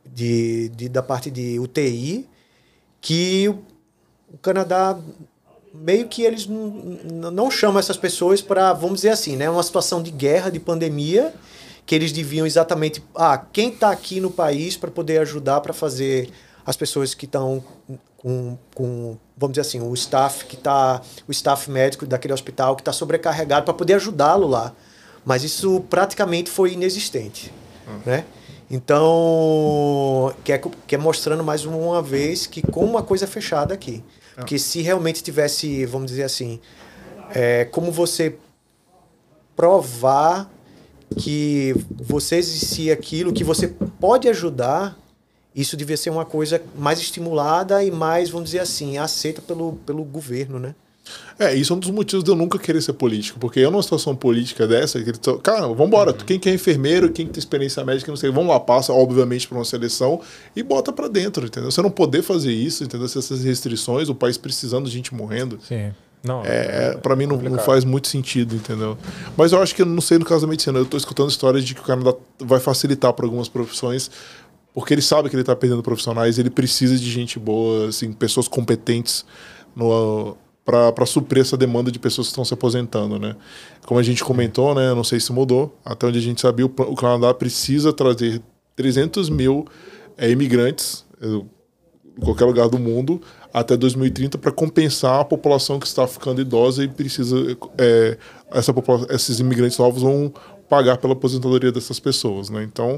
S3: de, de, da parte de U T I, que o Canadá meio que eles não, não chamam essas pessoas para, vamos dizer assim, né, uma situação de guerra, de pandemia, que eles deviam exatamente, ah, quem está aqui no país para poder ajudar para fazer as pessoas que estão com, com, vamos dizer assim, o staff que tá, o staff médico daquele hospital que está sobrecarregado para poder ajudá-lo lá. Mas isso praticamente foi inexistente, hum. né? Então, que é, que é mostrando mais uma vez que como uma coisa fechada aqui. É. Porque se realmente tivesse, vamos dizer assim, é, como você provar que você existia aquilo, que você pode ajudar, isso devia ser uma coisa mais estimulada e mais, vamos dizer assim, aceita pelo, pelo governo, né?
S2: É, isso é um dos motivos de eu nunca querer ser político, porque eu numa situação política dessa, que tô, cara, vambora, uhum. quem que é enfermeiro, quem que tem experiência médica, não sei, vamos lá, passa, obviamente, para uma seleção e bota para dentro, entendeu? Você não poder fazer isso, entendeu? Essas restrições, o país precisando de gente morrendo. Sim. Não, é, é, para mim não, não faz muito sentido, entendeu? Mas eu acho que, eu não sei no caso da medicina, eu tô escutando histórias de que o Canadá vai facilitar para algumas profissões, porque ele sabe que ele tá perdendo profissionais, ele precisa de gente boa, assim, pessoas competentes no... para suprir essa demanda de pessoas que estão se aposentando, né? Como a gente comentou, né? Não sei se mudou, até onde a gente sabia, o Canadá precisa trazer trezentos mil é, imigrantes em qualquer lugar do mundo até dois mil e trinta para compensar a população que está ficando idosa e precisa é, essa população, esses imigrantes novos vão pagar pela aposentadoria dessas pessoas, né? Então,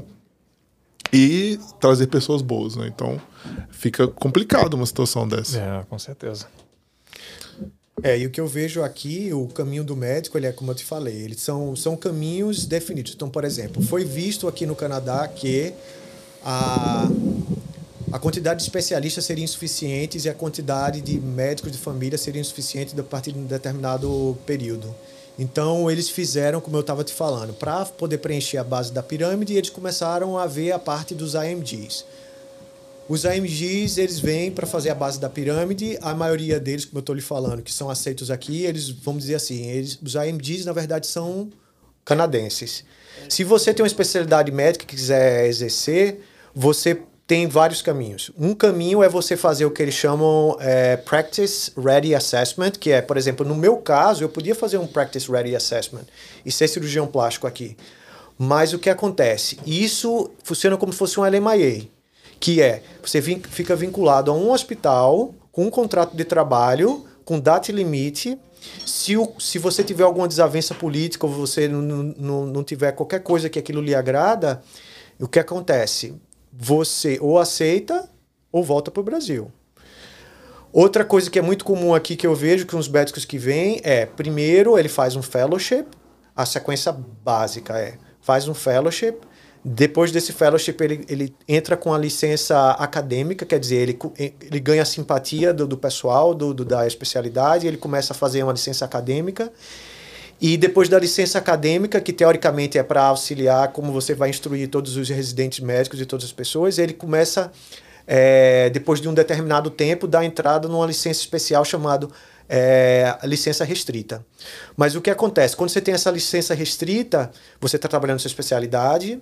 S2: e trazer pessoas boas, né? Então, fica complicado uma situação dessa.
S1: É, com certeza.
S3: É, e o que eu vejo aqui, o caminho do médico, ele é como eu te falei, eles são, são caminhos definidos. Então, por exemplo, foi visto aqui no Canadá que a, a quantidade de especialistas seria insuficiente e a quantidade de médicos de família seria insuficiente a partir de um determinado período. Então, eles fizeram, como eu estava te falando, para poder preencher a base da pirâmide, eles começaram a ver a parte dos A M Gs. Os A M Gs, eles vêm para fazer a base da pirâmide, a maioria deles, como eu estou lhe falando, que são aceitos aqui, eles, vamos dizer assim, eles, os A M Gs, na verdade, são canadenses. Se você tem uma especialidade médica que quiser exercer, você tem vários caminhos. Um caminho é você fazer o que eles chamam é, Practice Ready Assessment, que é, por exemplo, no meu caso, eu podia fazer um Practice Ready Assessment e ser cirurgião plástico aqui. Mas o que acontece? Isso funciona como se fosse um L M I A. Que é, você fica vinculado a um hospital com um contrato de trabalho, com data limite. Se, o, se você tiver alguma desavença política ou você não, não, não tiver qualquer coisa que aquilo lhe agrada, o que acontece? Você ou aceita ou volta para o Brasil. Outra coisa que é muito comum aqui que eu vejo com os médicos que vêm é, primeiro ele faz um fellowship, a sequência básica é, faz um fellowship. Depois desse fellowship, ele, ele entra com a licença acadêmica, quer dizer, ele, ele ganha a simpatia do, do pessoal, do, do, da especialidade, ele começa a fazer uma licença acadêmica. E depois da licença acadêmica, que teoricamente é para auxiliar como você vai instruir todos os residentes médicos e todas as pessoas, ele começa, é, depois de um determinado tempo, dar entrada numa licença especial chamada é, licença restrita. Mas o que acontece? Quando você tem essa licença restrita, você está trabalhando sua especialidade,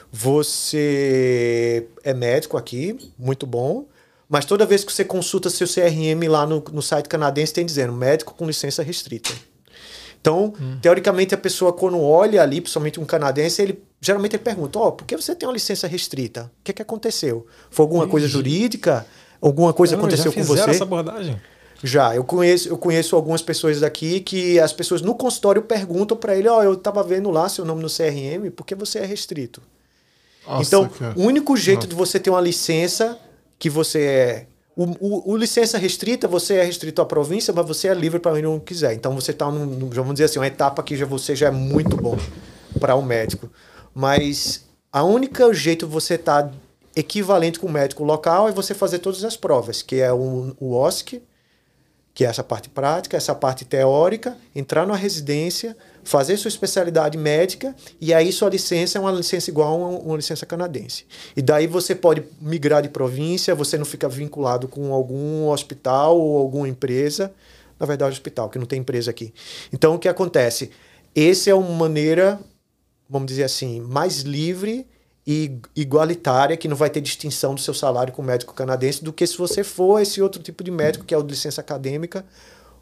S3: você é médico aqui, muito bom, mas toda vez que você consulta seu C R M lá no, no site canadense, tem dizendo médico com licença restrita. Então, hum. teoricamente, a pessoa quando olha ali, principalmente um canadense, ele geralmente ele pergunta, ó, oh, por que você tem uma licença restrita? O que, que aconteceu? Foi alguma Ixi. coisa jurídica? Alguma coisa Não, aconteceu com você?
S1: Essa abordagem?
S3: Já, eu conheço, eu conheço algumas pessoas daqui que as pessoas no consultório perguntam para ele, ó, oh, eu estava vendo lá seu nome no C R M, por que você é restrito? Nossa, então, cara. o único jeito Nossa. de você ter uma licença que você é... O, o, o licença restrita, você é restrito à província, mas você é livre para onde não quiser. Então, você está, vamos dizer assim, uma etapa que já, você já é muito bom para o um médico. Mas a única jeito de você estar tá equivalente com o médico local é você fazer todas as provas, que é o, o O S C, que é essa parte prática, essa parte teórica, entrar numa residência, fazer sua especialidade médica, e aí sua licença é uma licença igual a uma, uma licença canadense. E daí você pode migrar de província, você não fica vinculado com algum hospital ou alguma empresa, na verdade hospital, que não tem empresa aqui. Então o que acontece? Essa é uma maneira, vamos dizer assim, mais livre e igualitária, que não vai ter distinção do seu salário com o médico canadense, do que se você for esse outro tipo de médico, que é o de licença acadêmica,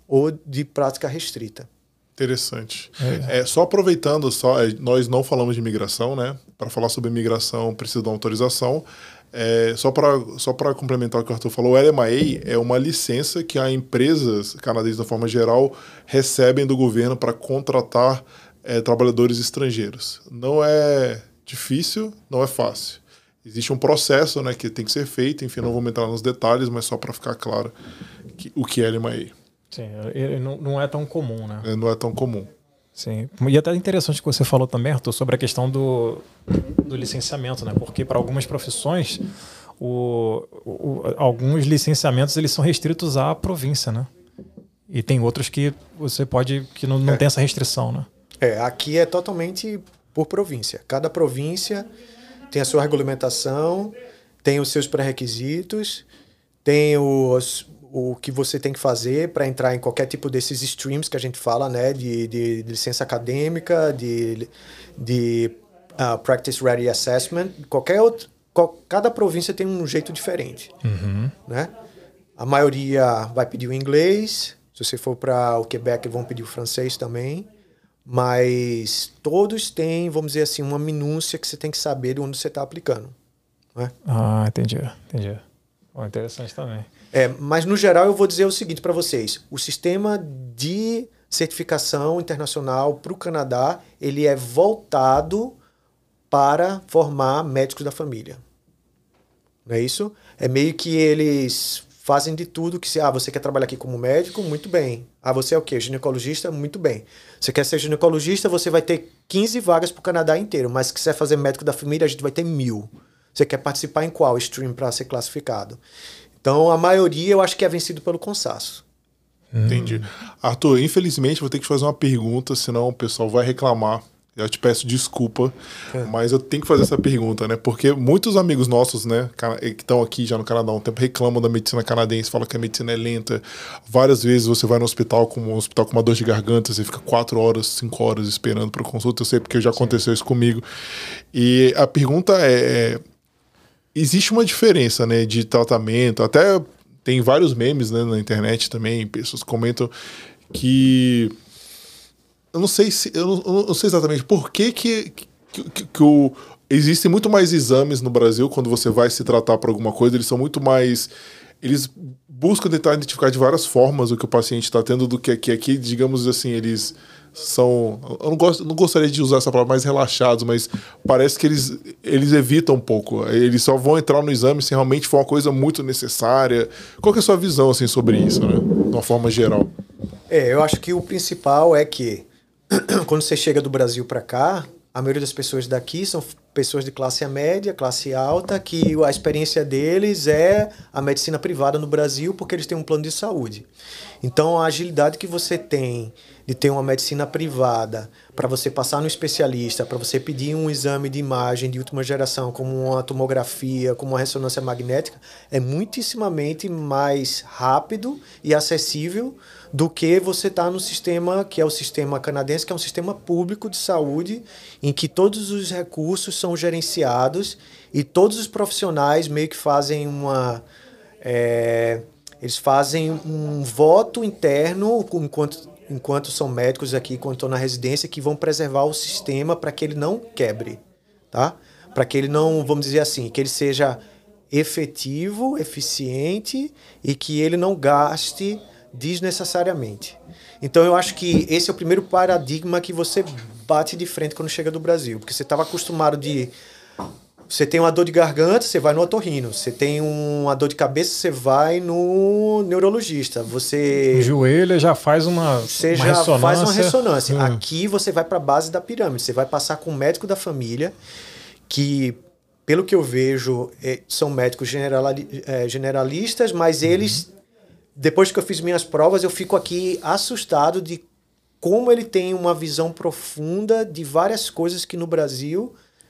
S3: ou de prática restrita.
S2: Interessante. É. É, só aproveitando, só, nós não falamos de imigração, né? Para falar sobre imigração precisa de uma autorização. É, só para só para complementar o que o Arthur falou, o L M I A é uma licença que as empresas canadenses, da forma geral, recebem do governo para contratar é, trabalhadores estrangeiros. Não é difícil, não é fácil. Existe um processo, né, que tem que ser feito, enfim, não vou entrar nos detalhes, mas só para ficar claro que, o que é L M I A.
S1: Sim, ele não, não é tão comum, né?
S2: É, não é tão comum.
S1: Sim. E até interessante que você falou também, Arthur, sobre a questão do, do licenciamento, né? Porque para algumas profissões, o, o, alguns licenciamentos eles são restritos à província, né? E tem outros que você pode, que não, não é. tem essa restrição, né?
S3: É, aqui é totalmente por província. Cada província tem a sua regulamentação, tem os seus pré-requisitos, tem os... o que você tem que fazer para entrar em qualquer tipo desses streams que a gente fala, né, de, de, de licença acadêmica, de, de uh, Practice Ready Assessment, qualquer outro, qual, cada província tem um jeito diferente,
S1: uhum.
S3: né? A maioria vai pedir o inglês, se você for para o Quebec vão pedir o francês também, mas todos têm, vamos dizer assim, uma minúcia que você tem que saber de onde você está aplicando, né?
S1: Ah, entendi, entendi. Oh, interessante também.
S3: É, mas, no geral, eu vou dizer o seguinte para vocês. O sistema de certificação internacional para o Canadá, ele é voltado para formar médicos da família. Não é isso? É meio que eles fazem de tudo que... Se, ah, você quer trabalhar aqui como médico? Muito bem. Ah, você é o quê? Ginecologista? Muito bem. Você quer ser ginecologista? Você vai ter quinze vagas para o Canadá inteiro. Mas se quiser fazer médico da família, a gente vai ter mil. Você quer participar em qual stream para ser classificado? Então, a maioria eu acho que é vencido pelo cansaço.
S2: Entendi. Arthur, infelizmente vou ter que te fazer uma pergunta, senão o pessoal vai reclamar. Eu te peço desculpa, é. mas eu tenho que fazer essa pergunta, né? Porque muitos amigos nossos, né, que estão aqui já no Canadá há um tempo, reclamam da medicina canadense, falam que a medicina é lenta. Várias vezes você vai no hospital com um hospital com uma dor de garganta, você fica quatro horas, cinco horas esperando para consulta. Eu sei porque já aconteceu Sim. isso comigo. E a pergunta é... Existe uma diferença, né, de tratamento, até tem vários memes, né, na internet também, pessoas comentam que... Eu não sei se eu não, eu não sei exatamente por que, que, que, que, que o, existem muito mais exames no Brasil quando você vai se tratar por alguma coisa, eles são muito mais... Eles buscam tentar identificar de várias formas o que o paciente está tendo do que aqui. Aqui, digamos assim, eles... são, eu não, gosto, não gostaria de usar essa palavra, mais relaxados, mas parece que eles, eles evitam um pouco. Eles só vão entrar no exame se realmente for uma coisa muito necessária. Qual que é a sua visão assim, sobre isso, né? De uma forma geral?
S3: É, eu acho que o principal é que quando você chega do Brasil para cá, a maioria das pessoas daqui são pessoas de classe média, classe alta, que a experiência deles é a medicina privada no Brasil porque eles têm um plano de saúde. Então, a agilidade que você tem de ter uma medicina privada para você passar no especialista, para você pedir um exame de imagem de última geração, como uma tomografia, como uma ressonância magnética, é muitíssimamente mais rápido e acessível do que você estar tá no sistema, que é o sistema canadense, que é um sistema público de saúde, em que todos os recursos são gerenciados e todos os profissionais meio que fazem uma... É, eles fazem um voto interno, enquanto, enquanto são médicos aqui, enquanto estão na residência, que vão preservar o sistema para que ele não quebre, tá? Para que ele não, vamos dizer assim, que ele seja efetivo, eficiente e que ele não gaste desnecessariamente. Então eu acho que esse é o primeiro paradigma que você bate de frente quando chega do Brasil, porque você estava acostumado de... Você tem uma dor de garganta, você vai no otorrino. Você tem uma dor de cabeça, você vai no neurologista. Você...
S1: O joelho já faz uma,
S3: você
S1: uma
S3: já
S1: ressonância.
S3: faz uma ressonância.
S1: Hum.
S3: Aqui você vai para a base da pirâmide. Você vai passar com um médico da família, que, pelo que eu vejo, são médicos generali- generalistas, mas uhum. eles, depois que eu fiz minhas provas, eu fico aqui assustado de como ele tem uma visão profunda de várias coisas que no Brasil...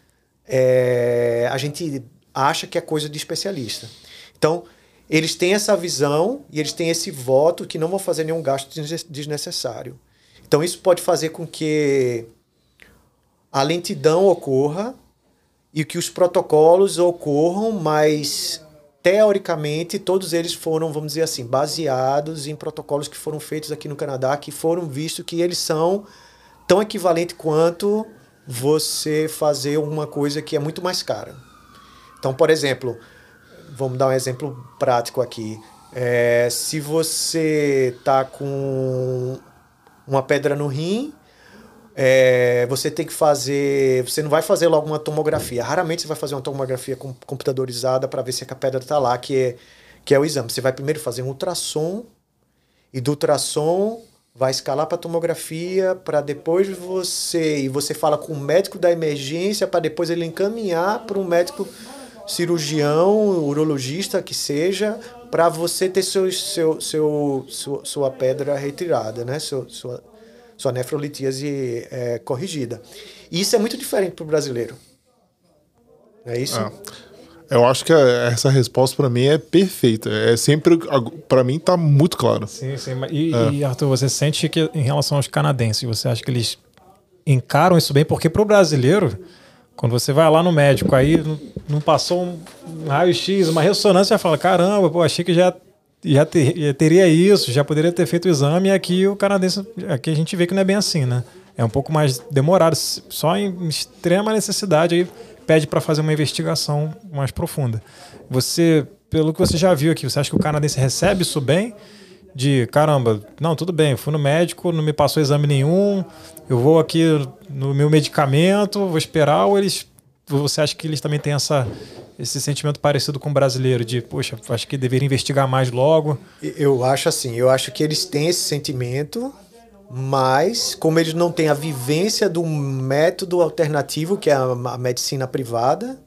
S3: É, a gente acha que é coisa de especialista. Então, eles têm essa visão e eles têm esse voto que não vão fazer nenhum gasto desnecessário. Então, isso pode fazer com que a lentidão ocorra e que os protocolos ocorram, mas teoricamente, todos eles foram, vamos dizer assim, baseados em protocolos que foram feitos aqui no Canadá, que foram vistos que eles são tão equivalentes quanto você fazer uma coisa que é muito mais cara. Então, por exemplo, vamos dar um exemplo prático aqui. É, se você está com uma pedra no rim, É, você tem que fazer... Você não vai fazer logo uma tomografia. Raramente você vai fazer uma tomografia computadorizada para ver se a pedra está lá, que é, que é o exame. Você vai primeiro fazer um ultrassom, e do ultrassom vai escalar para a tomografia, para depois você... E você fala com o médico da emergência, para depois ele encaminhar para um médico cirurgião, urologista, que seja, para você ter seu, seu, seu, sua, sua pedra retirada, né? Seu, sua... sua nefrolitíase é, corrigida. E isso é muito diferente para o brasileiro. É isso?
S2: É. Eu acho que essa resposta para mim é perfeita. É sempre, para mim tá muito claro.
S1: Sim, sim. E, é. e Arthur, você sente que em relação aos canadenses, você acha que eles encaram isso bem? Porque para o brasileiro, quando você vai lá no médico, aí não, não passou um, um raio-x, uma ressonância, já fala, caramba, pô, achei que já Já, ter, já teria isso, já poderia ter feito o exame, e aqui o canadense, aqui a gente vê que não é bem assim, né? É um pouco mais demorado, só em extrema necessidade, aí pede para fazer uma investigação mais profunda. Você, pelo que você já viu aqui, você acha que o canadense recebe isso bem? De, caramba, não, tudo bem, eu fui no médico, não me passou exame nenhum, eu vou aqui no meu medicamento, vou esperar, ou eles, você acha que eles também têm essa... esse sentimento parecido com o brasileiro, de, poxa, acho que deveria investigar mais logo?
S3: Eu acho assim, eu acho que eles têm esse sentimento, mas como eles não têm a vivência do método alternativo, que é a medicina privada,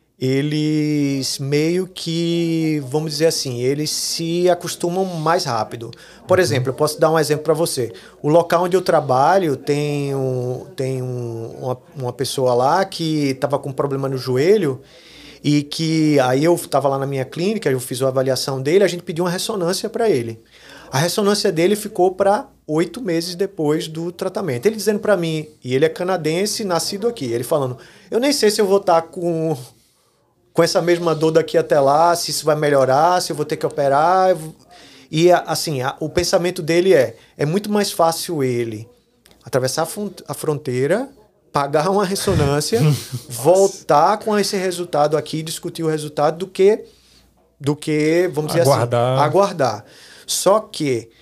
S3: eles meio que, vamos dizer assim, eles se acostumam mais rápido. Por uhum. exemplo, eu posso dar um exemplo para você. O local onde eu trabalho tem, um, tem um, uma, uma pessoa lá que estava com um problema no joelho, e que aí eu estava lá na minha clínica, eu fiz a avaliação dele, a gente pediu uma ressonância para ele. A ressonância dele ficou para oito meses depois do tratamento. Ele dizendo para mim, e ele é canadense, nascido aqui, ele falando, eu nem sei se eu vou estar com, com essa mesma dor daqui até lá, se isso vai melhorar, se eu vou ter que operar. E assim, a, o pensamento dele é, é muito mais fácil ele atravessar a fronteira, pagar uma ressonância, voltar com esse resultado aqui, discutir o resultado, do que, do que vamos dizer
S1: aguardar.
S3: assim, aguardar. Só que,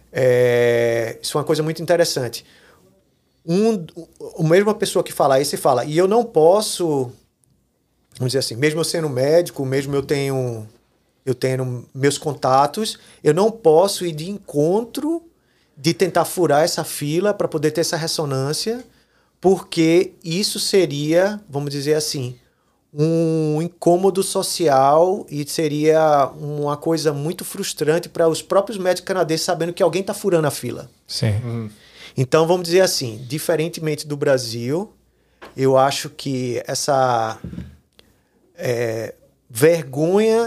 S3: é, isso é uma coisa muito interessante. Um, a mesma pessoa que fala isso, fala, e eu não posso, vamos dizer assim, mesmo eu sendo médico, mesmo eu tenho, eu tenho meus contatos, eu não posso ir de encontro de tentar furar essa fila para poder ter essa ressonância, porque isso seria, vamos dizer assim, um incômodo social e seria uma coisa muito frustrante para os próprios médicos canadenses sabendo que alguém está furando a fila.
S1: Sim.
S3: Uhum. Então, vamos dizer assim, diferentemente do Brasil, eu acho que essa é, vergonha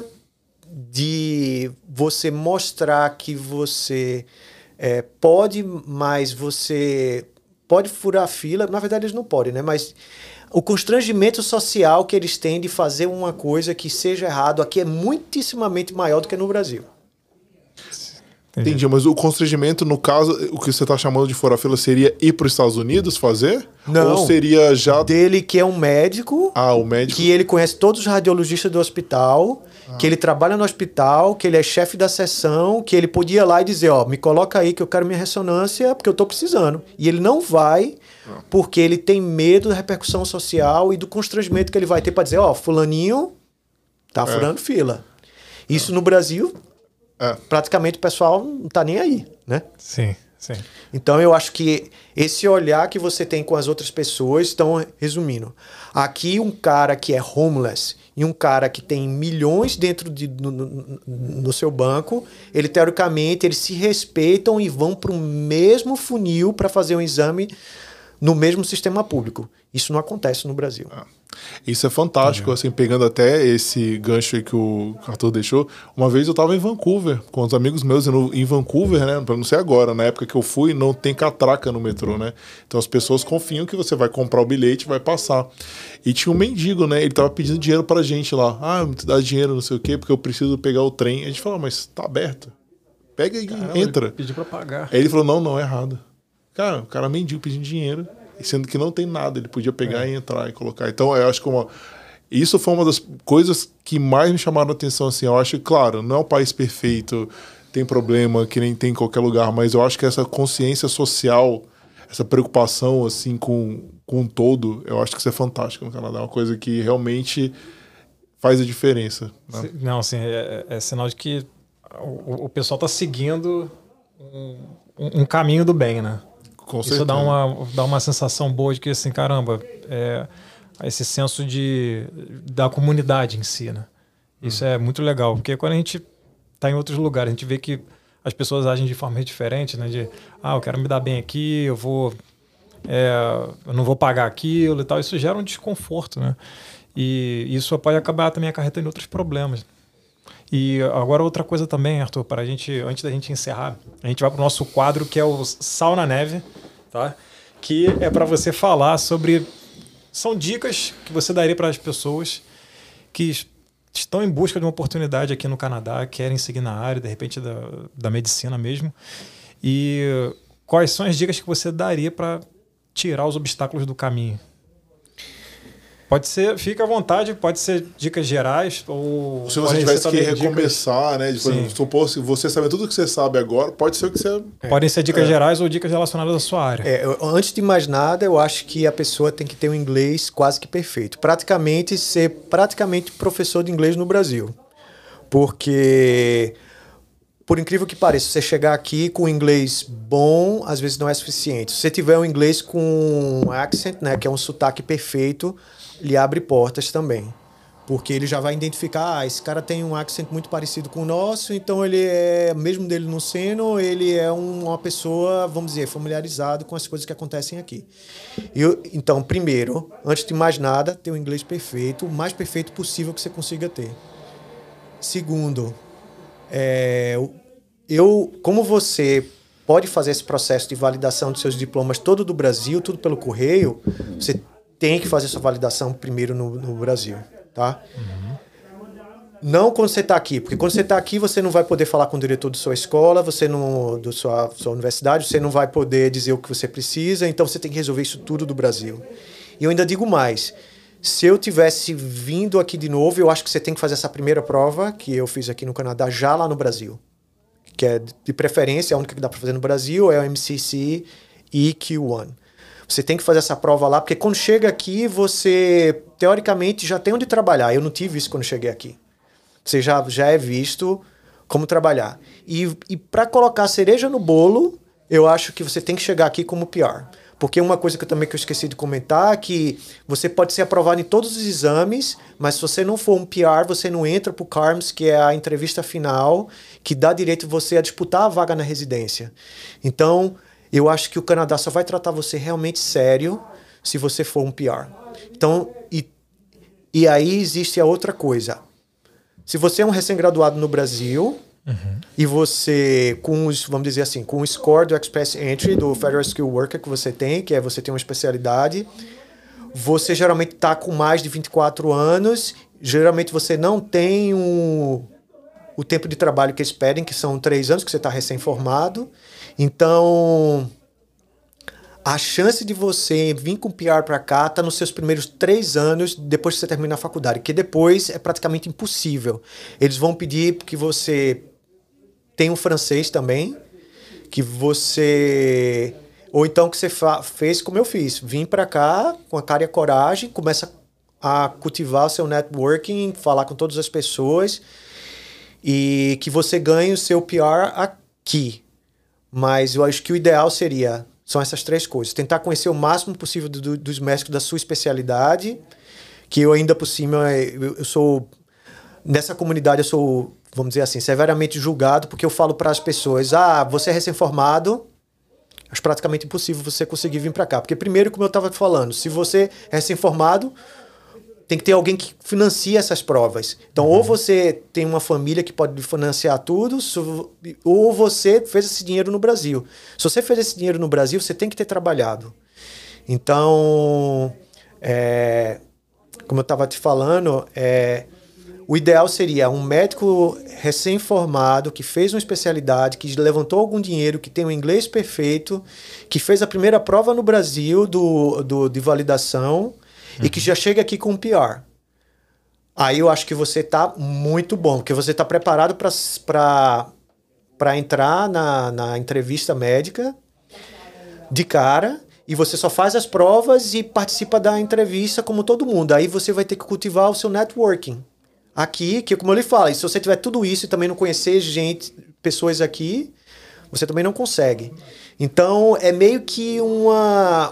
S3: de você mostrar que você é, pode, mas você... pode furar a fila, na verdade eles não podem, né? Mas o constrangimento social que eles têm de fazer uma coisa que seja errado aqui é muitíssimamente maior do que no Brasil.
S2: Entendi, Entendi, mas o constrangimento, no caso, o que você está chamando de furar a fila seria ir para os Estados Unidos fazer?
S3: Não.
S2: Ou seria já...
S3: Dele que é um médico,
S2: ah, o médico,
S3: que ele conhece todos os radiologistas do hospital, ah. que ele trabalha no hospital, que ele é chefe da seção, que ele podia ir lá e dizer, ó, me coloca aí que eu quero minha ressonância porque eu estou precisando. E ele não vai ah. porque ele tem medo da repercussão social e do constrangimento que ele vai ter para dizer, ó, fulaninho tá é. furando fila. Isso é. no Brasil... É. praticamente o pessoal não tá nem aí, né?
S1: Sim, sim.
S3: Então eu acho que esse olhar que você tem com as outras pessoas, estão resumindo. Aqui um cara que é homeless e um cara que tem milhões dentro de, no, no, no seu banco, ele teoricamente eles se respeitam e vão para o mesmo funil para fazer um exame no mesmo sistema público. Isso não acontece no Brasil.
S2: Ah, isso é fantástico, assim, pegando até esse gancho aí que o Arthur deixou. Uma vez eu estava em Vancouver, com os amigos meus em Vancouver, né? Não sei agora, na época que eu fui, não tem catraca no metrô, né? Então as pessoas confiam que você vai comprar o bilhete e vai passar. E tinha um mendigo, né? Ele tava pedindo dinheiro pra gente lá. Ah, me dá dinheiro, não sei o quê, porque eu preciso pegar o trem. A gente falou, mas tá aberto. Pega e
S1: Caramba,
S2: entra.
S1: Pediu pra pagar.
S2: Aí ele falou, não, não, é errado. Cara, o cara mendigo pedindo dinheiro, sendo que não tem nada, ele podia pegar é. e entrar e colocar. Então, eu acho que uma... isso foi uma das coisas que mais me chamaram a atenção, assim. Eu acho que, claro, não é um país perfeito, tem problema que nem tem em qualquer lugar, mas eu acho que essa consciência social, essa preocupação, assim, com, com o todo, eu acho que isso é fantástico no Canadá. É uma coisa que realmente faz a diferença. Né?
S1: Não, assim, é, é sinal de que o, o pessoal está seguindo um, um caminho do bem, né?
S2: Com
S1: Isso
S2: certeza.
S1: dá uma, dá uma sensação boa de que, assim, caramba, é, esse senso de, da comunidade em si, né? Isso hum. é muito legal, porque quando a gente está em outros lugares, a gente vê que as pessoas agem de forma diferente, né? De, ah, eu quero me dar bem aqui, eu vou... É, eu não vou pagar aquilo e tal. Isso gera um desconforto, né? E isso pode acabar também acarretando em outros problemas. E agora outra coisa também, Arthur, para a gente, antes da gente encerrar, a gente vai para o nosso quadro que é o Sal na Neve, tá? Que é para você falar sobre... São dicas que você daria para as pessoas que estão em busca de uma oportunidade aqui no Canadá, querem seguir na área, de repente, da, da medicina mesmo. E quais são as dicas que você daria para tirar os obstáculos do caminho? Pode ser, fica à vontade, pode ser dicas gerais ou...
S2: Se você tivesse que recomeçar, dicas... né? De, supor, se você sabe tudo que você sabe agora, pode ser o que você...
S1: É. Podem ser dicas
S2: é.
S1: gerais ou dicas relacionadas à sua área.
S3: É, eu, antes de mais nada, eu acho que a pessoa tem que ter um inglês quase que perfeito. Praticamente ser praticamente professor de inglês no Brasil. Porque... Por incrível que pareça, você chegar aqui com inglês bom, às vezes não é suficiente. Se você tiver um inglês com accent, né, que é um sotaque perfeito, lhe abre portas também. Porque ele já vai identificar, ah, esse cara tem um accent muito parecido com o nosso, então ele é, mesmo dele não sendo, ele é um, uma pessoa, vamos dizer, familiarizado com as coisas que acontecem aqui. Eu, então, primeiro, antes de mais nada, ter um inglês perfeito, o mais perfeito possível que você consiga ter. Segundo, é, eu, como você pode fazer esse processo de validação dos seus diplomas todo do Brasil, tudo pelo correio, você tem que fazer sua validação primeiro no, no Brasil, tá? Uhum. Não quando você está aqui, porque quando você está aqui você não vai poder falar com o diretor da sua escola, você não, da sua, sua universidade, você não vai poder dizer o que você precisa, então você tem que resolver isso tudo do Brasil. E eu ainda digo mais, se eu tivesse vindo aqui de novo, eu acho que você tem que fazer essa primeira prova que eu fiz aqui no Canadá, já lá no Brasil, que é de preferência, a única que dá para fazer no Brasil é o M C C E Q um. Você tem que fazer essa prova lá, porque quando chega aqui, você, teoricamente, já tem onde trabalhar. Eu não tive isso quando cheguei aqui. Você já, já é visto como trabalhar. E, e para colocar a cereja no bolo, eu acho que você tem que chegar aqui como P R. Porque uma coisa que eu também que eu esqueci de comentar é que você pode ser aprovado em todos os exames, mas se você não for um P R, você não entra para o C A R M S, que é a entrevista final, que dá direito você a disputar a vaga na residência. Então... eu acho que o Canadá só vai tratar você realmente sério se você for um P R. Então, e, e aí existe a outra coisa. Se você é um recém-graduado no Brasil, uhum. e você, com os, vamos dizer assim, com o score do Express Entry, do Federal Skill Worker que você tem, que é você tem uma especialidade, você geralmente está com mais de vinte e quatro anos, geralmente você não tem um, o tempo de trabalho que eles pedem, que são três anos, que você está recém-formado. Então, a chance de você vir com P R para cá está nos seus primeiros três anos depois que você termina a faculdade, que depois é praticamente impossível. Eles vão pedir que você tenha um francês também, que você... ou então que você fez como eu fiz, vim para cá com a cara e a coragem, começa a cultivar o seu networking, falar com todas as pessoas e que você ganhe o seu P R aqui. Mas eu acho que o ideal seria, são essas três coisas. Tentar conhecer o máximo possível do, do, dos médicos da sua especialidade, que eu ainda por cima, eu, eu sou, nessa comunidade eu sou, vamos dizer assim, severamente julgado, porque eu falo para as pessoas, ah, você é recém-formado, acho praticamente impossível você conseguir vir para cá. Porque primeiro, como eu estava falando, se você é recém-formado, tem que ter alguém que financie essas provas. Então, uhum. ou você tem uma família que pode financiar tudo, ou você fez esse dinheiro no Brasil. Se você fez esse dinheiro no Brasil, você tem que ter trabalhado. Então, é, como eu estava te falando, é, o ideal seria um médico recém-formado, que fez uma especialidade, que levantou algum dinheiro, que tem um inglês perfeito, que fez a primeira prova no Brasil do, do, de validação, uhum. e que já chega aqui com um P R. Aí eu acho que você está muito bom, porque você está preparado para entrar na, na entrevista médica de cara, e você só faz as provas e participa da entrevista como todo mundo. Aí você vai ter que cultivar o seu networking. Aqui, que como eu lhe falo, se você tiver tudo isso e também não conhecer gente, pessoas aqui, você também não consegue. Então, é meio que uma...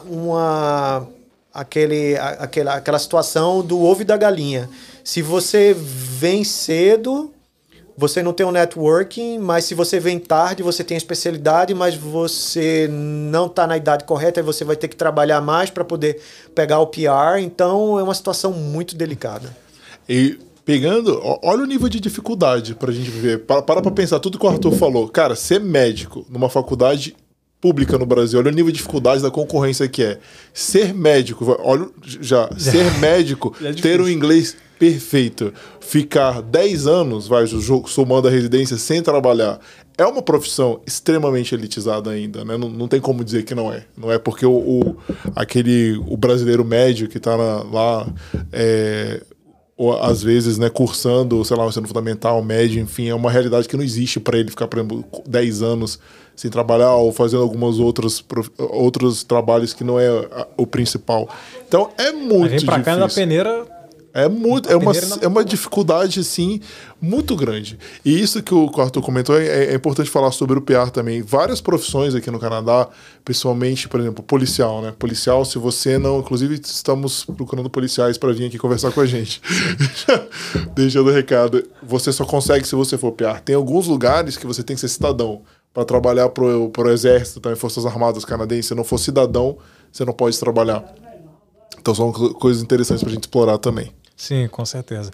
S3: uma aquele, aquela, aquela situação do ovo e da galinha. Se você vem cedo, você não tem um networking, mas se você vem tarde, você tem especialidade, mas você não está na idade correta, aí você vai ter que trabalhar mais para poder pegar o P R. Então, é uma situação muito delicada.
S2: E... Pegando, olha o nível de dificuldade pra gente ver. Para, para pra pensar tudo que o Arthur falou. Cara, ser médico numa faculdade pública no Brasil, olha o nível de dificuldade da concorrência que é. Ser médico, olha já, ser médico, é ter um inglês perfeito, ficar dez anos, vai, somando a residência sem trabalhar, é uma profissão extremamente elitizada ainda, né? Não, não tem como dizer que não é. Não é porque o, o, aquele, o brasileiro médio que tá na, lá... É, ou às vezes, né, cursando, sei lá, o ensino fundamental, médio, enfim, é uma realidade que não existe para ele ficar, por exemplo, dez anos sem trabalhar ou fazendo alguns outros, outros trabalhos que não é o principal. Então, é muito difícil. Vem pra cá
S1: na peneira...
S2: É, muito, é, uma, é uma dificuldade, sim, muito grande. E isso que o Arthur comentou, é, é importante falar sobre o P R também. Várias profissões aqui no Canadá, principalmente, por exemplo, policial, né? Policial, se você não... Inclusive, estamos procurando policiais para vir aqui conversar com a gente. Deixando o recado. Você só consegue se você for P R. Tem alguns lugares que você tem que ser cidadão para trabalhar pro, pro Exército, também Forças Armadas canadenses. Se não for cidadão, você não pode trabalhar. Então são coisas interessantes para a gente explorar também.
S1: Sim, com certeza.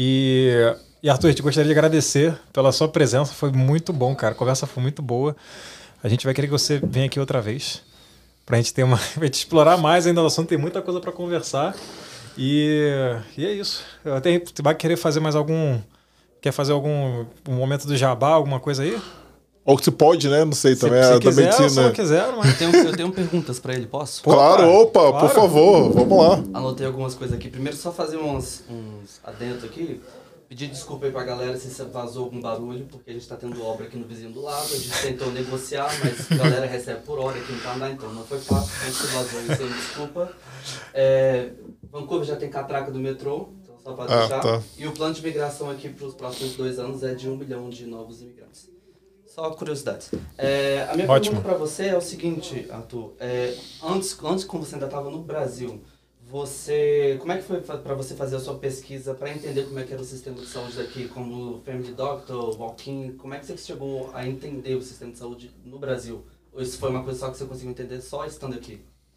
S1: E, e Arthur, a gente gostaria de agradecer pela sua presença, foi muito bom, cara, a conversa foi muito boa. A gente vai querer que você venha aqui outra vez, pra gente ter uma, pra gente explorar mais ainda o assunto, tem muita coisa para conversar. E, e é isso. Eu até, você vai querer fazer mais algum, quer fazer algum um momento do jabá, alguma coisa aí?
S2: Ou que se pode, né? Não sei, também.
S1: Se,
S2: se
S1: é quiser,
S2: medicina.
S1: Se não quiser, mas...
S4: eu, tenho, eu tenho perguntas para ele, posso?
S2: Claro, opa, claro. Por favor, vamos lá.
S4: Anotei algumas coisas aqui. Primeiro, só fazer uns, uns adentos aqui. Pedir desculpa aí pra galera se vazou algum barulho, porque a gente tá tendo obra aqui no vizinho do lado. A gente tentou negociar, mas a galera recebe por hora aqui no Canadá, então não foi fácil. Então, se vazou isso aí, desculpa. É, Vancouver já tem catraca do metrô, então só pra deixar. Ah, tá. E o plano de migração aqui pros próximos dois anos é de um milhão de novos imigrantes. Só curiosidades. É, a minha
S1: Ótimo.
S4: pergunta para você é o seguinte, Arthur. É, antes, antes, quando você ainda estava no Brasil, você, como é que foi para você fazer a sua pesquisa para entender como é que era o sistema de saúde daqui, como Family Doctor, Walk-in? Como é que você chegou a entender o sistema de saúde no Brasil? Ou isso foi uma coisa só que você conseguiu entender só estando aqui?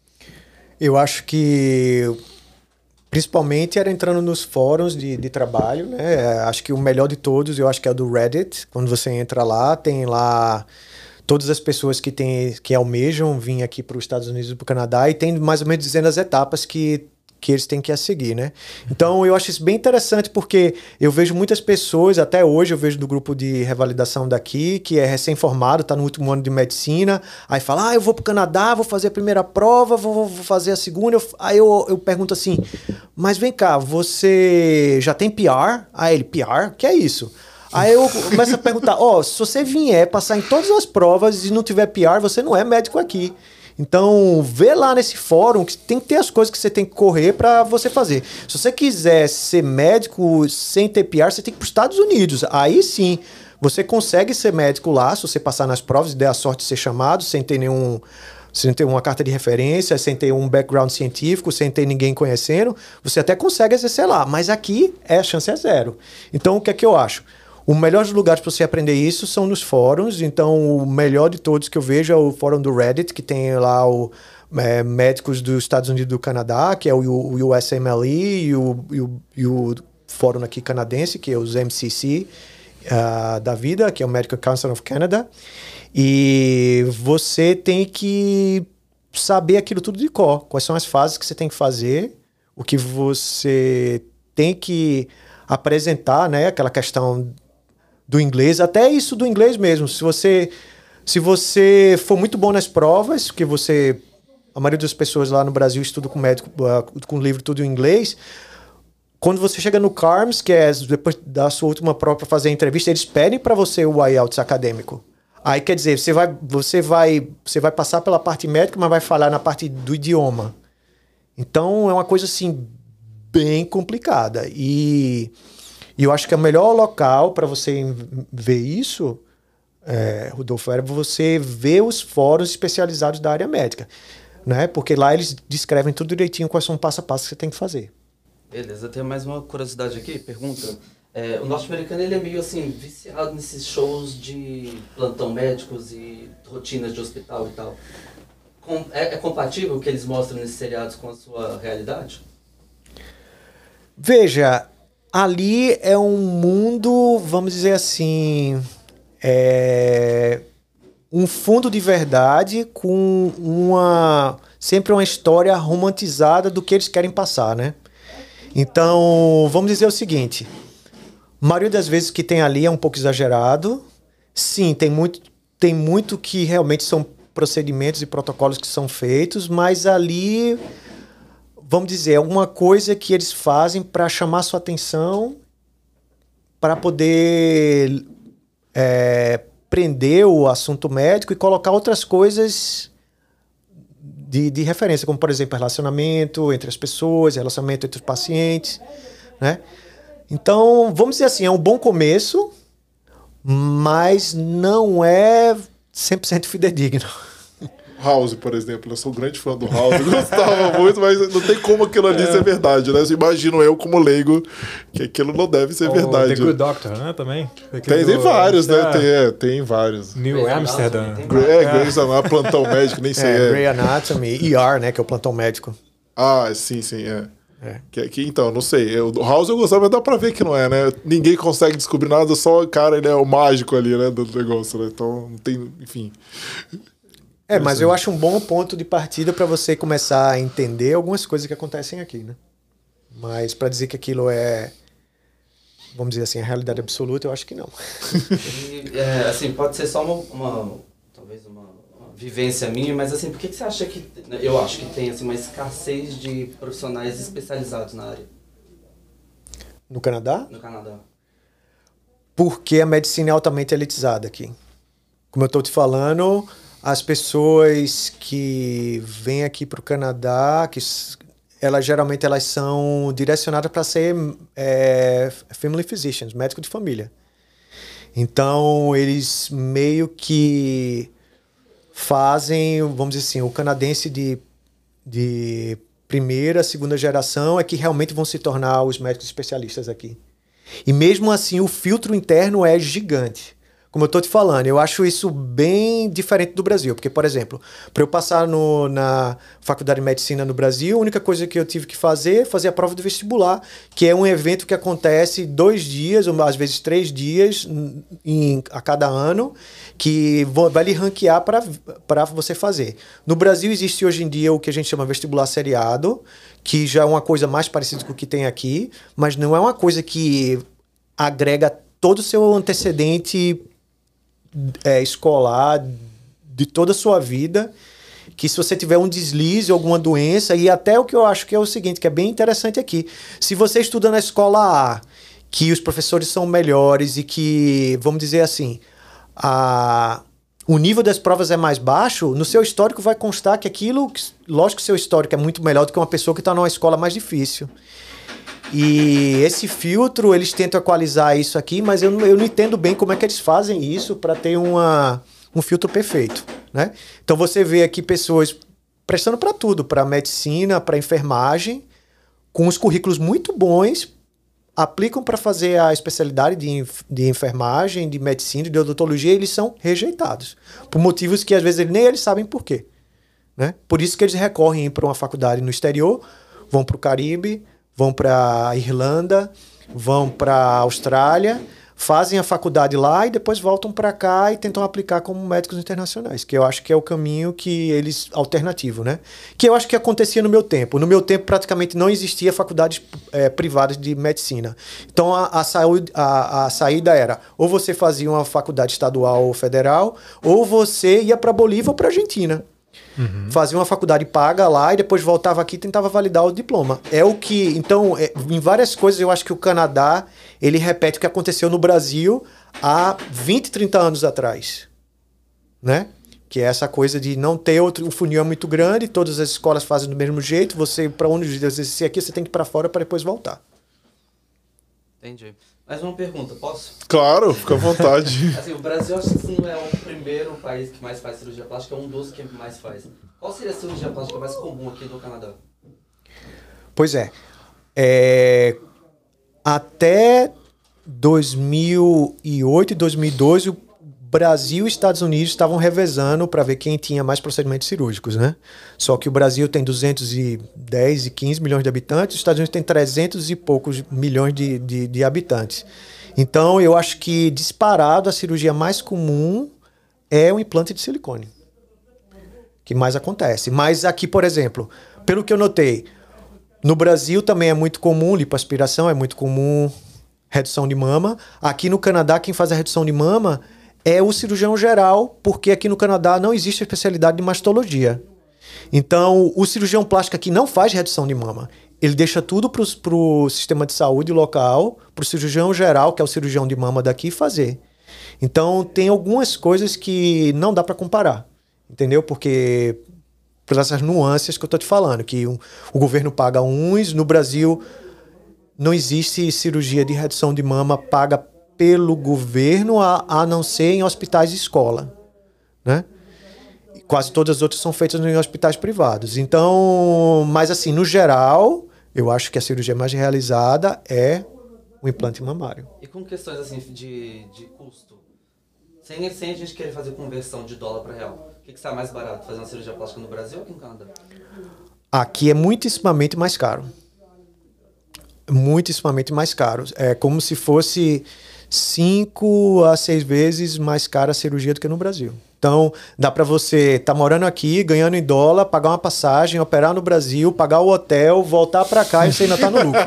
S3: Eu acho que... Principalmente era entrando nos fóruns de, de trabalho, né? Acho que o melhor de todos, eu acho que é o do Reddit. Quando você entra lá, tem lá todas as pessoas que, tem, que almejam vir aqui para os Estados Unidos e para o Canadá, e tem mais ou menos dizendo as etapas que, que eles têm que a seguir, né? Então, eu acho isso bem interessante, porque eu vejo muitas pessoas, até hoje eu vejo do grupo de revalidação daqui, que é recém-formado, está no último ano de medicina, aí fala, ah, eu vou para o Canadá, vou fazer a primeira prova, vou, vou fazer a segunda. Eu, aí eu, eu pergunto assim, mas vem cá, você já tem P R? Aí ele, P R? Que é isso? Aí eu começo a perguntar, ó, oh, se você vier passar em todas as provas e não tiver P R, você não é médico aqui. Então, vê lá nesse fórum que tem que ter as coisas que você tem que correr para você fazer. Se você quiser ser médico sem ter P R, você tem que ir para os Estados Unidos. Aí sim, você consegue ser médico lá, se você passar nas provas e der a sorte de ser chamado, sem ter nenhum... sem ter uma carta de referência, sem ter um background científico, sem ter ninguém conhecendo, você até consegue exercer lá. Mas aqui, é, a chance é zero. Então, o que é que eu acho? O melhor dos lugares para você aprender isso são nos fóruns. Então, o melhor de todos que eu vejo é o fórum do Reddit, que tem lá o, é, médicos dos Estados Unidos e do Canadá, que é o, o U S M L E, e o, e, o, e o fórum aqui canadense, que é os M C C uh, da vida, que é o Medical Council of Canada. E você tem que saber aquilo tudo de cor. Quais são as fases que você tem que fazer, o que você tem que apresentar, né? Aquela questão do inglês, até isso do inglês mesmo. Se você, se você for muito bom nas provas, que você... A maioria das pessoas lá no Brasil estuda com médico, uh, com livro tudo em inglês. Quando você chega no C A R M S, que é depois da sua última prova para fazer a entrevista, eles pedem para você o I E L T S acadêmico. Aí, quer dizer, você vai, você, vai, você vai passar pela parte médica, mas vai falhar na parte do idioma. Então, é uma coisa, assim, bem complicada. E, e eu acho que o melhor local para você ver isso, é, Rodolfo, era você ver os fóruns especializados da área médica. Né? Porque lá eles descrevem tudo direitinho quais são os passo a passo que você tem que fazer.
S4: Beleza, eu tenho mais uma curiosidade aqui, pergunta. É, o norte-americano ele é meio assim, viciado nesses shows de plantão médicos e rotinas de hospital e tal. Com, é, é compatível o que eles mostram nesses seriados com a sua realidade?
S3: Veja, ali é um mundo, vamos dizer assim, é um fundo de verdade com uma sempre uma história romantizada do que eles querem passar, né? Então, vamos dizer o seguinte... A maioria das vezes que tem ali é um pouco exagerado. Sim, tem muito, tem muito que realmente são procedimentos e protocolos que são feitos, mas ali, vamos dizer, é alguma coisa que eles fazem para chamar sua atenção, para poder é, prender o assunto médico e colocar outras coisas de, de referência, como, por exemplo, relacionamento entre as pessoas, relacionamento entre os pacientes, né? Então, vamos dizer assim, é um bom começo, mas não é cem por cento fidedigno.
S2: House, por exemplo, eu sou um grande fã do House, eu gostava muito, mas não tem como aquilo ali é. ser verdade, né? Imagino eu como leigo que aquilo não deve ser
S1: oh,
S2: verdade.
S1: The Good Doctor, né? Também.
S2: Tem, tem vários, né? Tem, é, tem vários.
S1: New Grey's Amsterdam.
S2: É, Grey's Anatomy, plantão médico, nem sei.
S3: É, é. Grey's Anatomy, E R, né? Que é o plantão médico.
S2: Ah, sim, sim, é.
S3: É.
S2: Que, que, então, não sei. O House eu gostava, mas dá pra ver que não é, né? Ninguém consegue descobrir nada, só o cara, ele é o mágico ali, né? Do negócio, né? Então, não tem, enfim.
S3: É, mas eu acho um bom ponto de partida pra você começar a entender algumas coisas que acontecem aqui, né? Mas pra dizer que aquilo é, vamos dizer assim, a realidade absoluta, eu acho que não.
S4: E, é, assim, pode ser só uma, uma talvez uma, uma vivência minha, mas assim, por que, que você acha que, eu acho que tem assim, uma escassez de profissionais especializados na área?
S3: No Canadá?
S4: No Canadá.
S3: Porque a medicina é altamente elitizada aqui. Como eu estou te falando, as pessoas que vêm aqui para o Canadá, que elas geralmente elas são direcionadas para ser é, family physicians, médico de família. Então, eles meio que fazem, vamos dizer assim, o canadense de, de primeira, segunda geração é que realmente vão se tornar os médicos especialistas aqui. E mesmo assim, o filtro interno é gigante. Como eu estou te falando, eu acho isso bem diferente do Brasil. Porque, por exemplo, para eu passar no, na Faculdade de Medicina no Brasil, a única coisa que eu tive que fazer é fazer a prova do vestibular, que é um evento que acontece dois dias, ou às vezes três dias em, a cada ano, que vai lhe ranquear para você fazer. No Brasil existe hoje em dia o que a gente chama vestibular seriado, que já é uma coisa mais parecida com o que tem aqui, mas não é uma coisa que agrega todo o seu antecedente é, escolar de toda a sua vida, que se você tiver um deslize, alguma doença, e até o que eu acho que é o seguinte, que é bem interessante aqui, se você estuda na escola A, que os professores são melhores e que, vamos dizer assim, a... o nível das provas é mais baixo, no seu histórico vai constar que aquilo, lógico que o seu histórico é muito melhor do que uma pessoa que está numa escola mais difícil. E esse filtro, eles tentam equalizar isso aqui, mas eu não, eu não entendo bem como é que eles fazem isso para ter uma, um filtro perfeito, né? Então você vê aqui pessoas prestando para tudo, para medicina, para enfermagem, com os currículos muito bons, aplicam para fazer a especialidade de, de enfermagem, de medicina, de odontologia, eles são rejeitados. Por motivos que às vezes nem eles sabem por quê. Né? Por isso que eles recorrem para uma faculdade no exterior, vão para o Caribe, vão para a Irlanda, vão para a Austrália, fazem a faculdade lá e depois voltam para cá e tentam aplicar como médicos internacionais, que eu acho que é o caminho que eles alternativo, né? Que eu acho que acontecia no meu tempo. No meu tempo praticamente não existia faculdades é, privadas de medicina. Então a, a, saúde, a, a saída era ou você fazia uma faculdade estadual ou federal, ou você ia para Bolívia ou para Argentina. Uhum. Fazia uma faculdade paga lá e depois voltava aqui e tentava validar o diploma. É o que... Então, é, em várias coisas, eu acho que o Canadá, ele repete o que aconteceu no Brasil há vinte, trinta anos atrás. Né? Que é essa coisa de não ter outro... O funil é muito grande, todas as escolas fazem do mesmo jeito, você, para onde exercer aqui, você tem que ir para fora para depois voltar.
S4: Entendi. Mais uma pergunta, posso?
S2: Claro, fica à vontade.
S4: Assim, o Brasil, acho que não é o primeiro país que mais faz cirurgia plástica, é um dos que mais faz. Qual seria a cirurgia plástica mais comum aqui no Canadá?
S3: Pois é. é... Até dois mil e oito e dois mil e doze, o Brasil e Estados Unidos estavam revezando para ver quem tinha mais procedimentos cirúrgicos, né? Só que o Brasil tem duzentos e dez e quinze milhões de habitantes, os Estados Unidos tem trezentos e poucos milhões de, de, de habitantes. Então, eu acho que disparado a cirurgia mais comum é o implante de silicone, que mais acontece. Mas aqui, por exemplo, pelo que eu notei, no Brasil também é muito comum lipoaspiração, é muito comum redução de mama. Aqui no Canadá, quem faz a redução de mama é o cirurgião geral, porque aqui no Canadá não existe a especialidade de mastologia. Então, o cirurgião plástico aqui não faz redução de mama. Ele deixa tudo para o sistema de saúde local, para o cirurgião geral, que é o cirurgião de mama daqui, fazer. Então, tem algumas coisas que não dá para comparar, entendeu? Porque, por essas nuances que eu estou te falando, que o, o governo paga uns, no Brasil não existe cirurgia de redução de mama paga pelo governo, a, a não ser em hospitais de escola, né? Quase todas as outras são feitas em hospitais privados. Então, mas assim, no geral, eu acho que a cirurgia mais realizada é o implante mamário.
S4: E com questões assim de, de custo? Sem, sem a gente querer fazer conversão de dólar para real, o que, que está mais barato? Fazer uma cirurgia plástica no Brasil ou aqui no Canadá?
S3: Aqui é muitíssimamente mais caro. Muitíssimamente mais caro. É como se fosse cinco a seis vezes mais cara a cirurgia do que no Brasil. Então, dá para você estar tá morando aqui, ganhando em dólar, pagar uma passagem, operar no Brasil, pagar o hotel, voltar para cá e você ainda tá no lucro.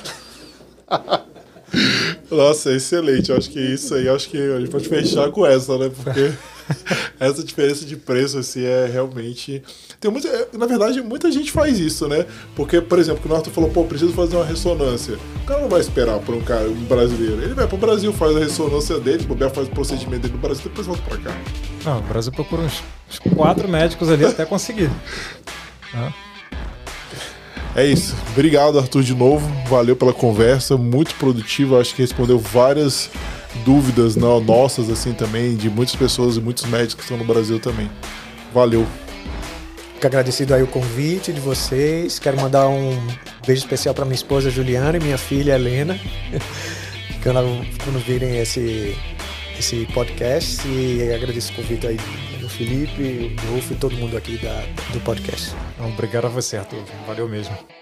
S2: Nossa, excelente. Eu acho que isso aí, acho que a gente pode fechar com essa, né? Porque essa diferença de preço, assim, é realmente... Tem muita, na verdade, muita gente faz isso, né? Porque, por exemplo, o Arthur falou, pô, preciso fazer uma ressonância. O cara não vai esperar por um cara, um brasileiro. Ele vai pro Brasil, faz a ressonância dele, o faz o procedimento dele no Brasil, depois volta pra cá.
S1: Não, o Brasil procura uns, uns quatro médicos ali até conseguir. Ah.
S2: É isso. Obrigado, Arthur, de novo. Valeu pela conversa, muito produtiva. Acho que respondeu várias dúvidas, não, nossas, assim, também, de muitas pessoas e muitos médicos que estão no Brasil também. Valeu.
S3: Fico agradecido aí o convite de vocês. Quero mandar um beijo especial para minha esposa Juliana e minha filha Helena, quando, quando virem esse, esse podcast. E agradeço o convite aí do Felipe, do Rolf e todo mundo aqui da, do podcast.
S1: Obrigado a você, Arthur. Valeu mesmo.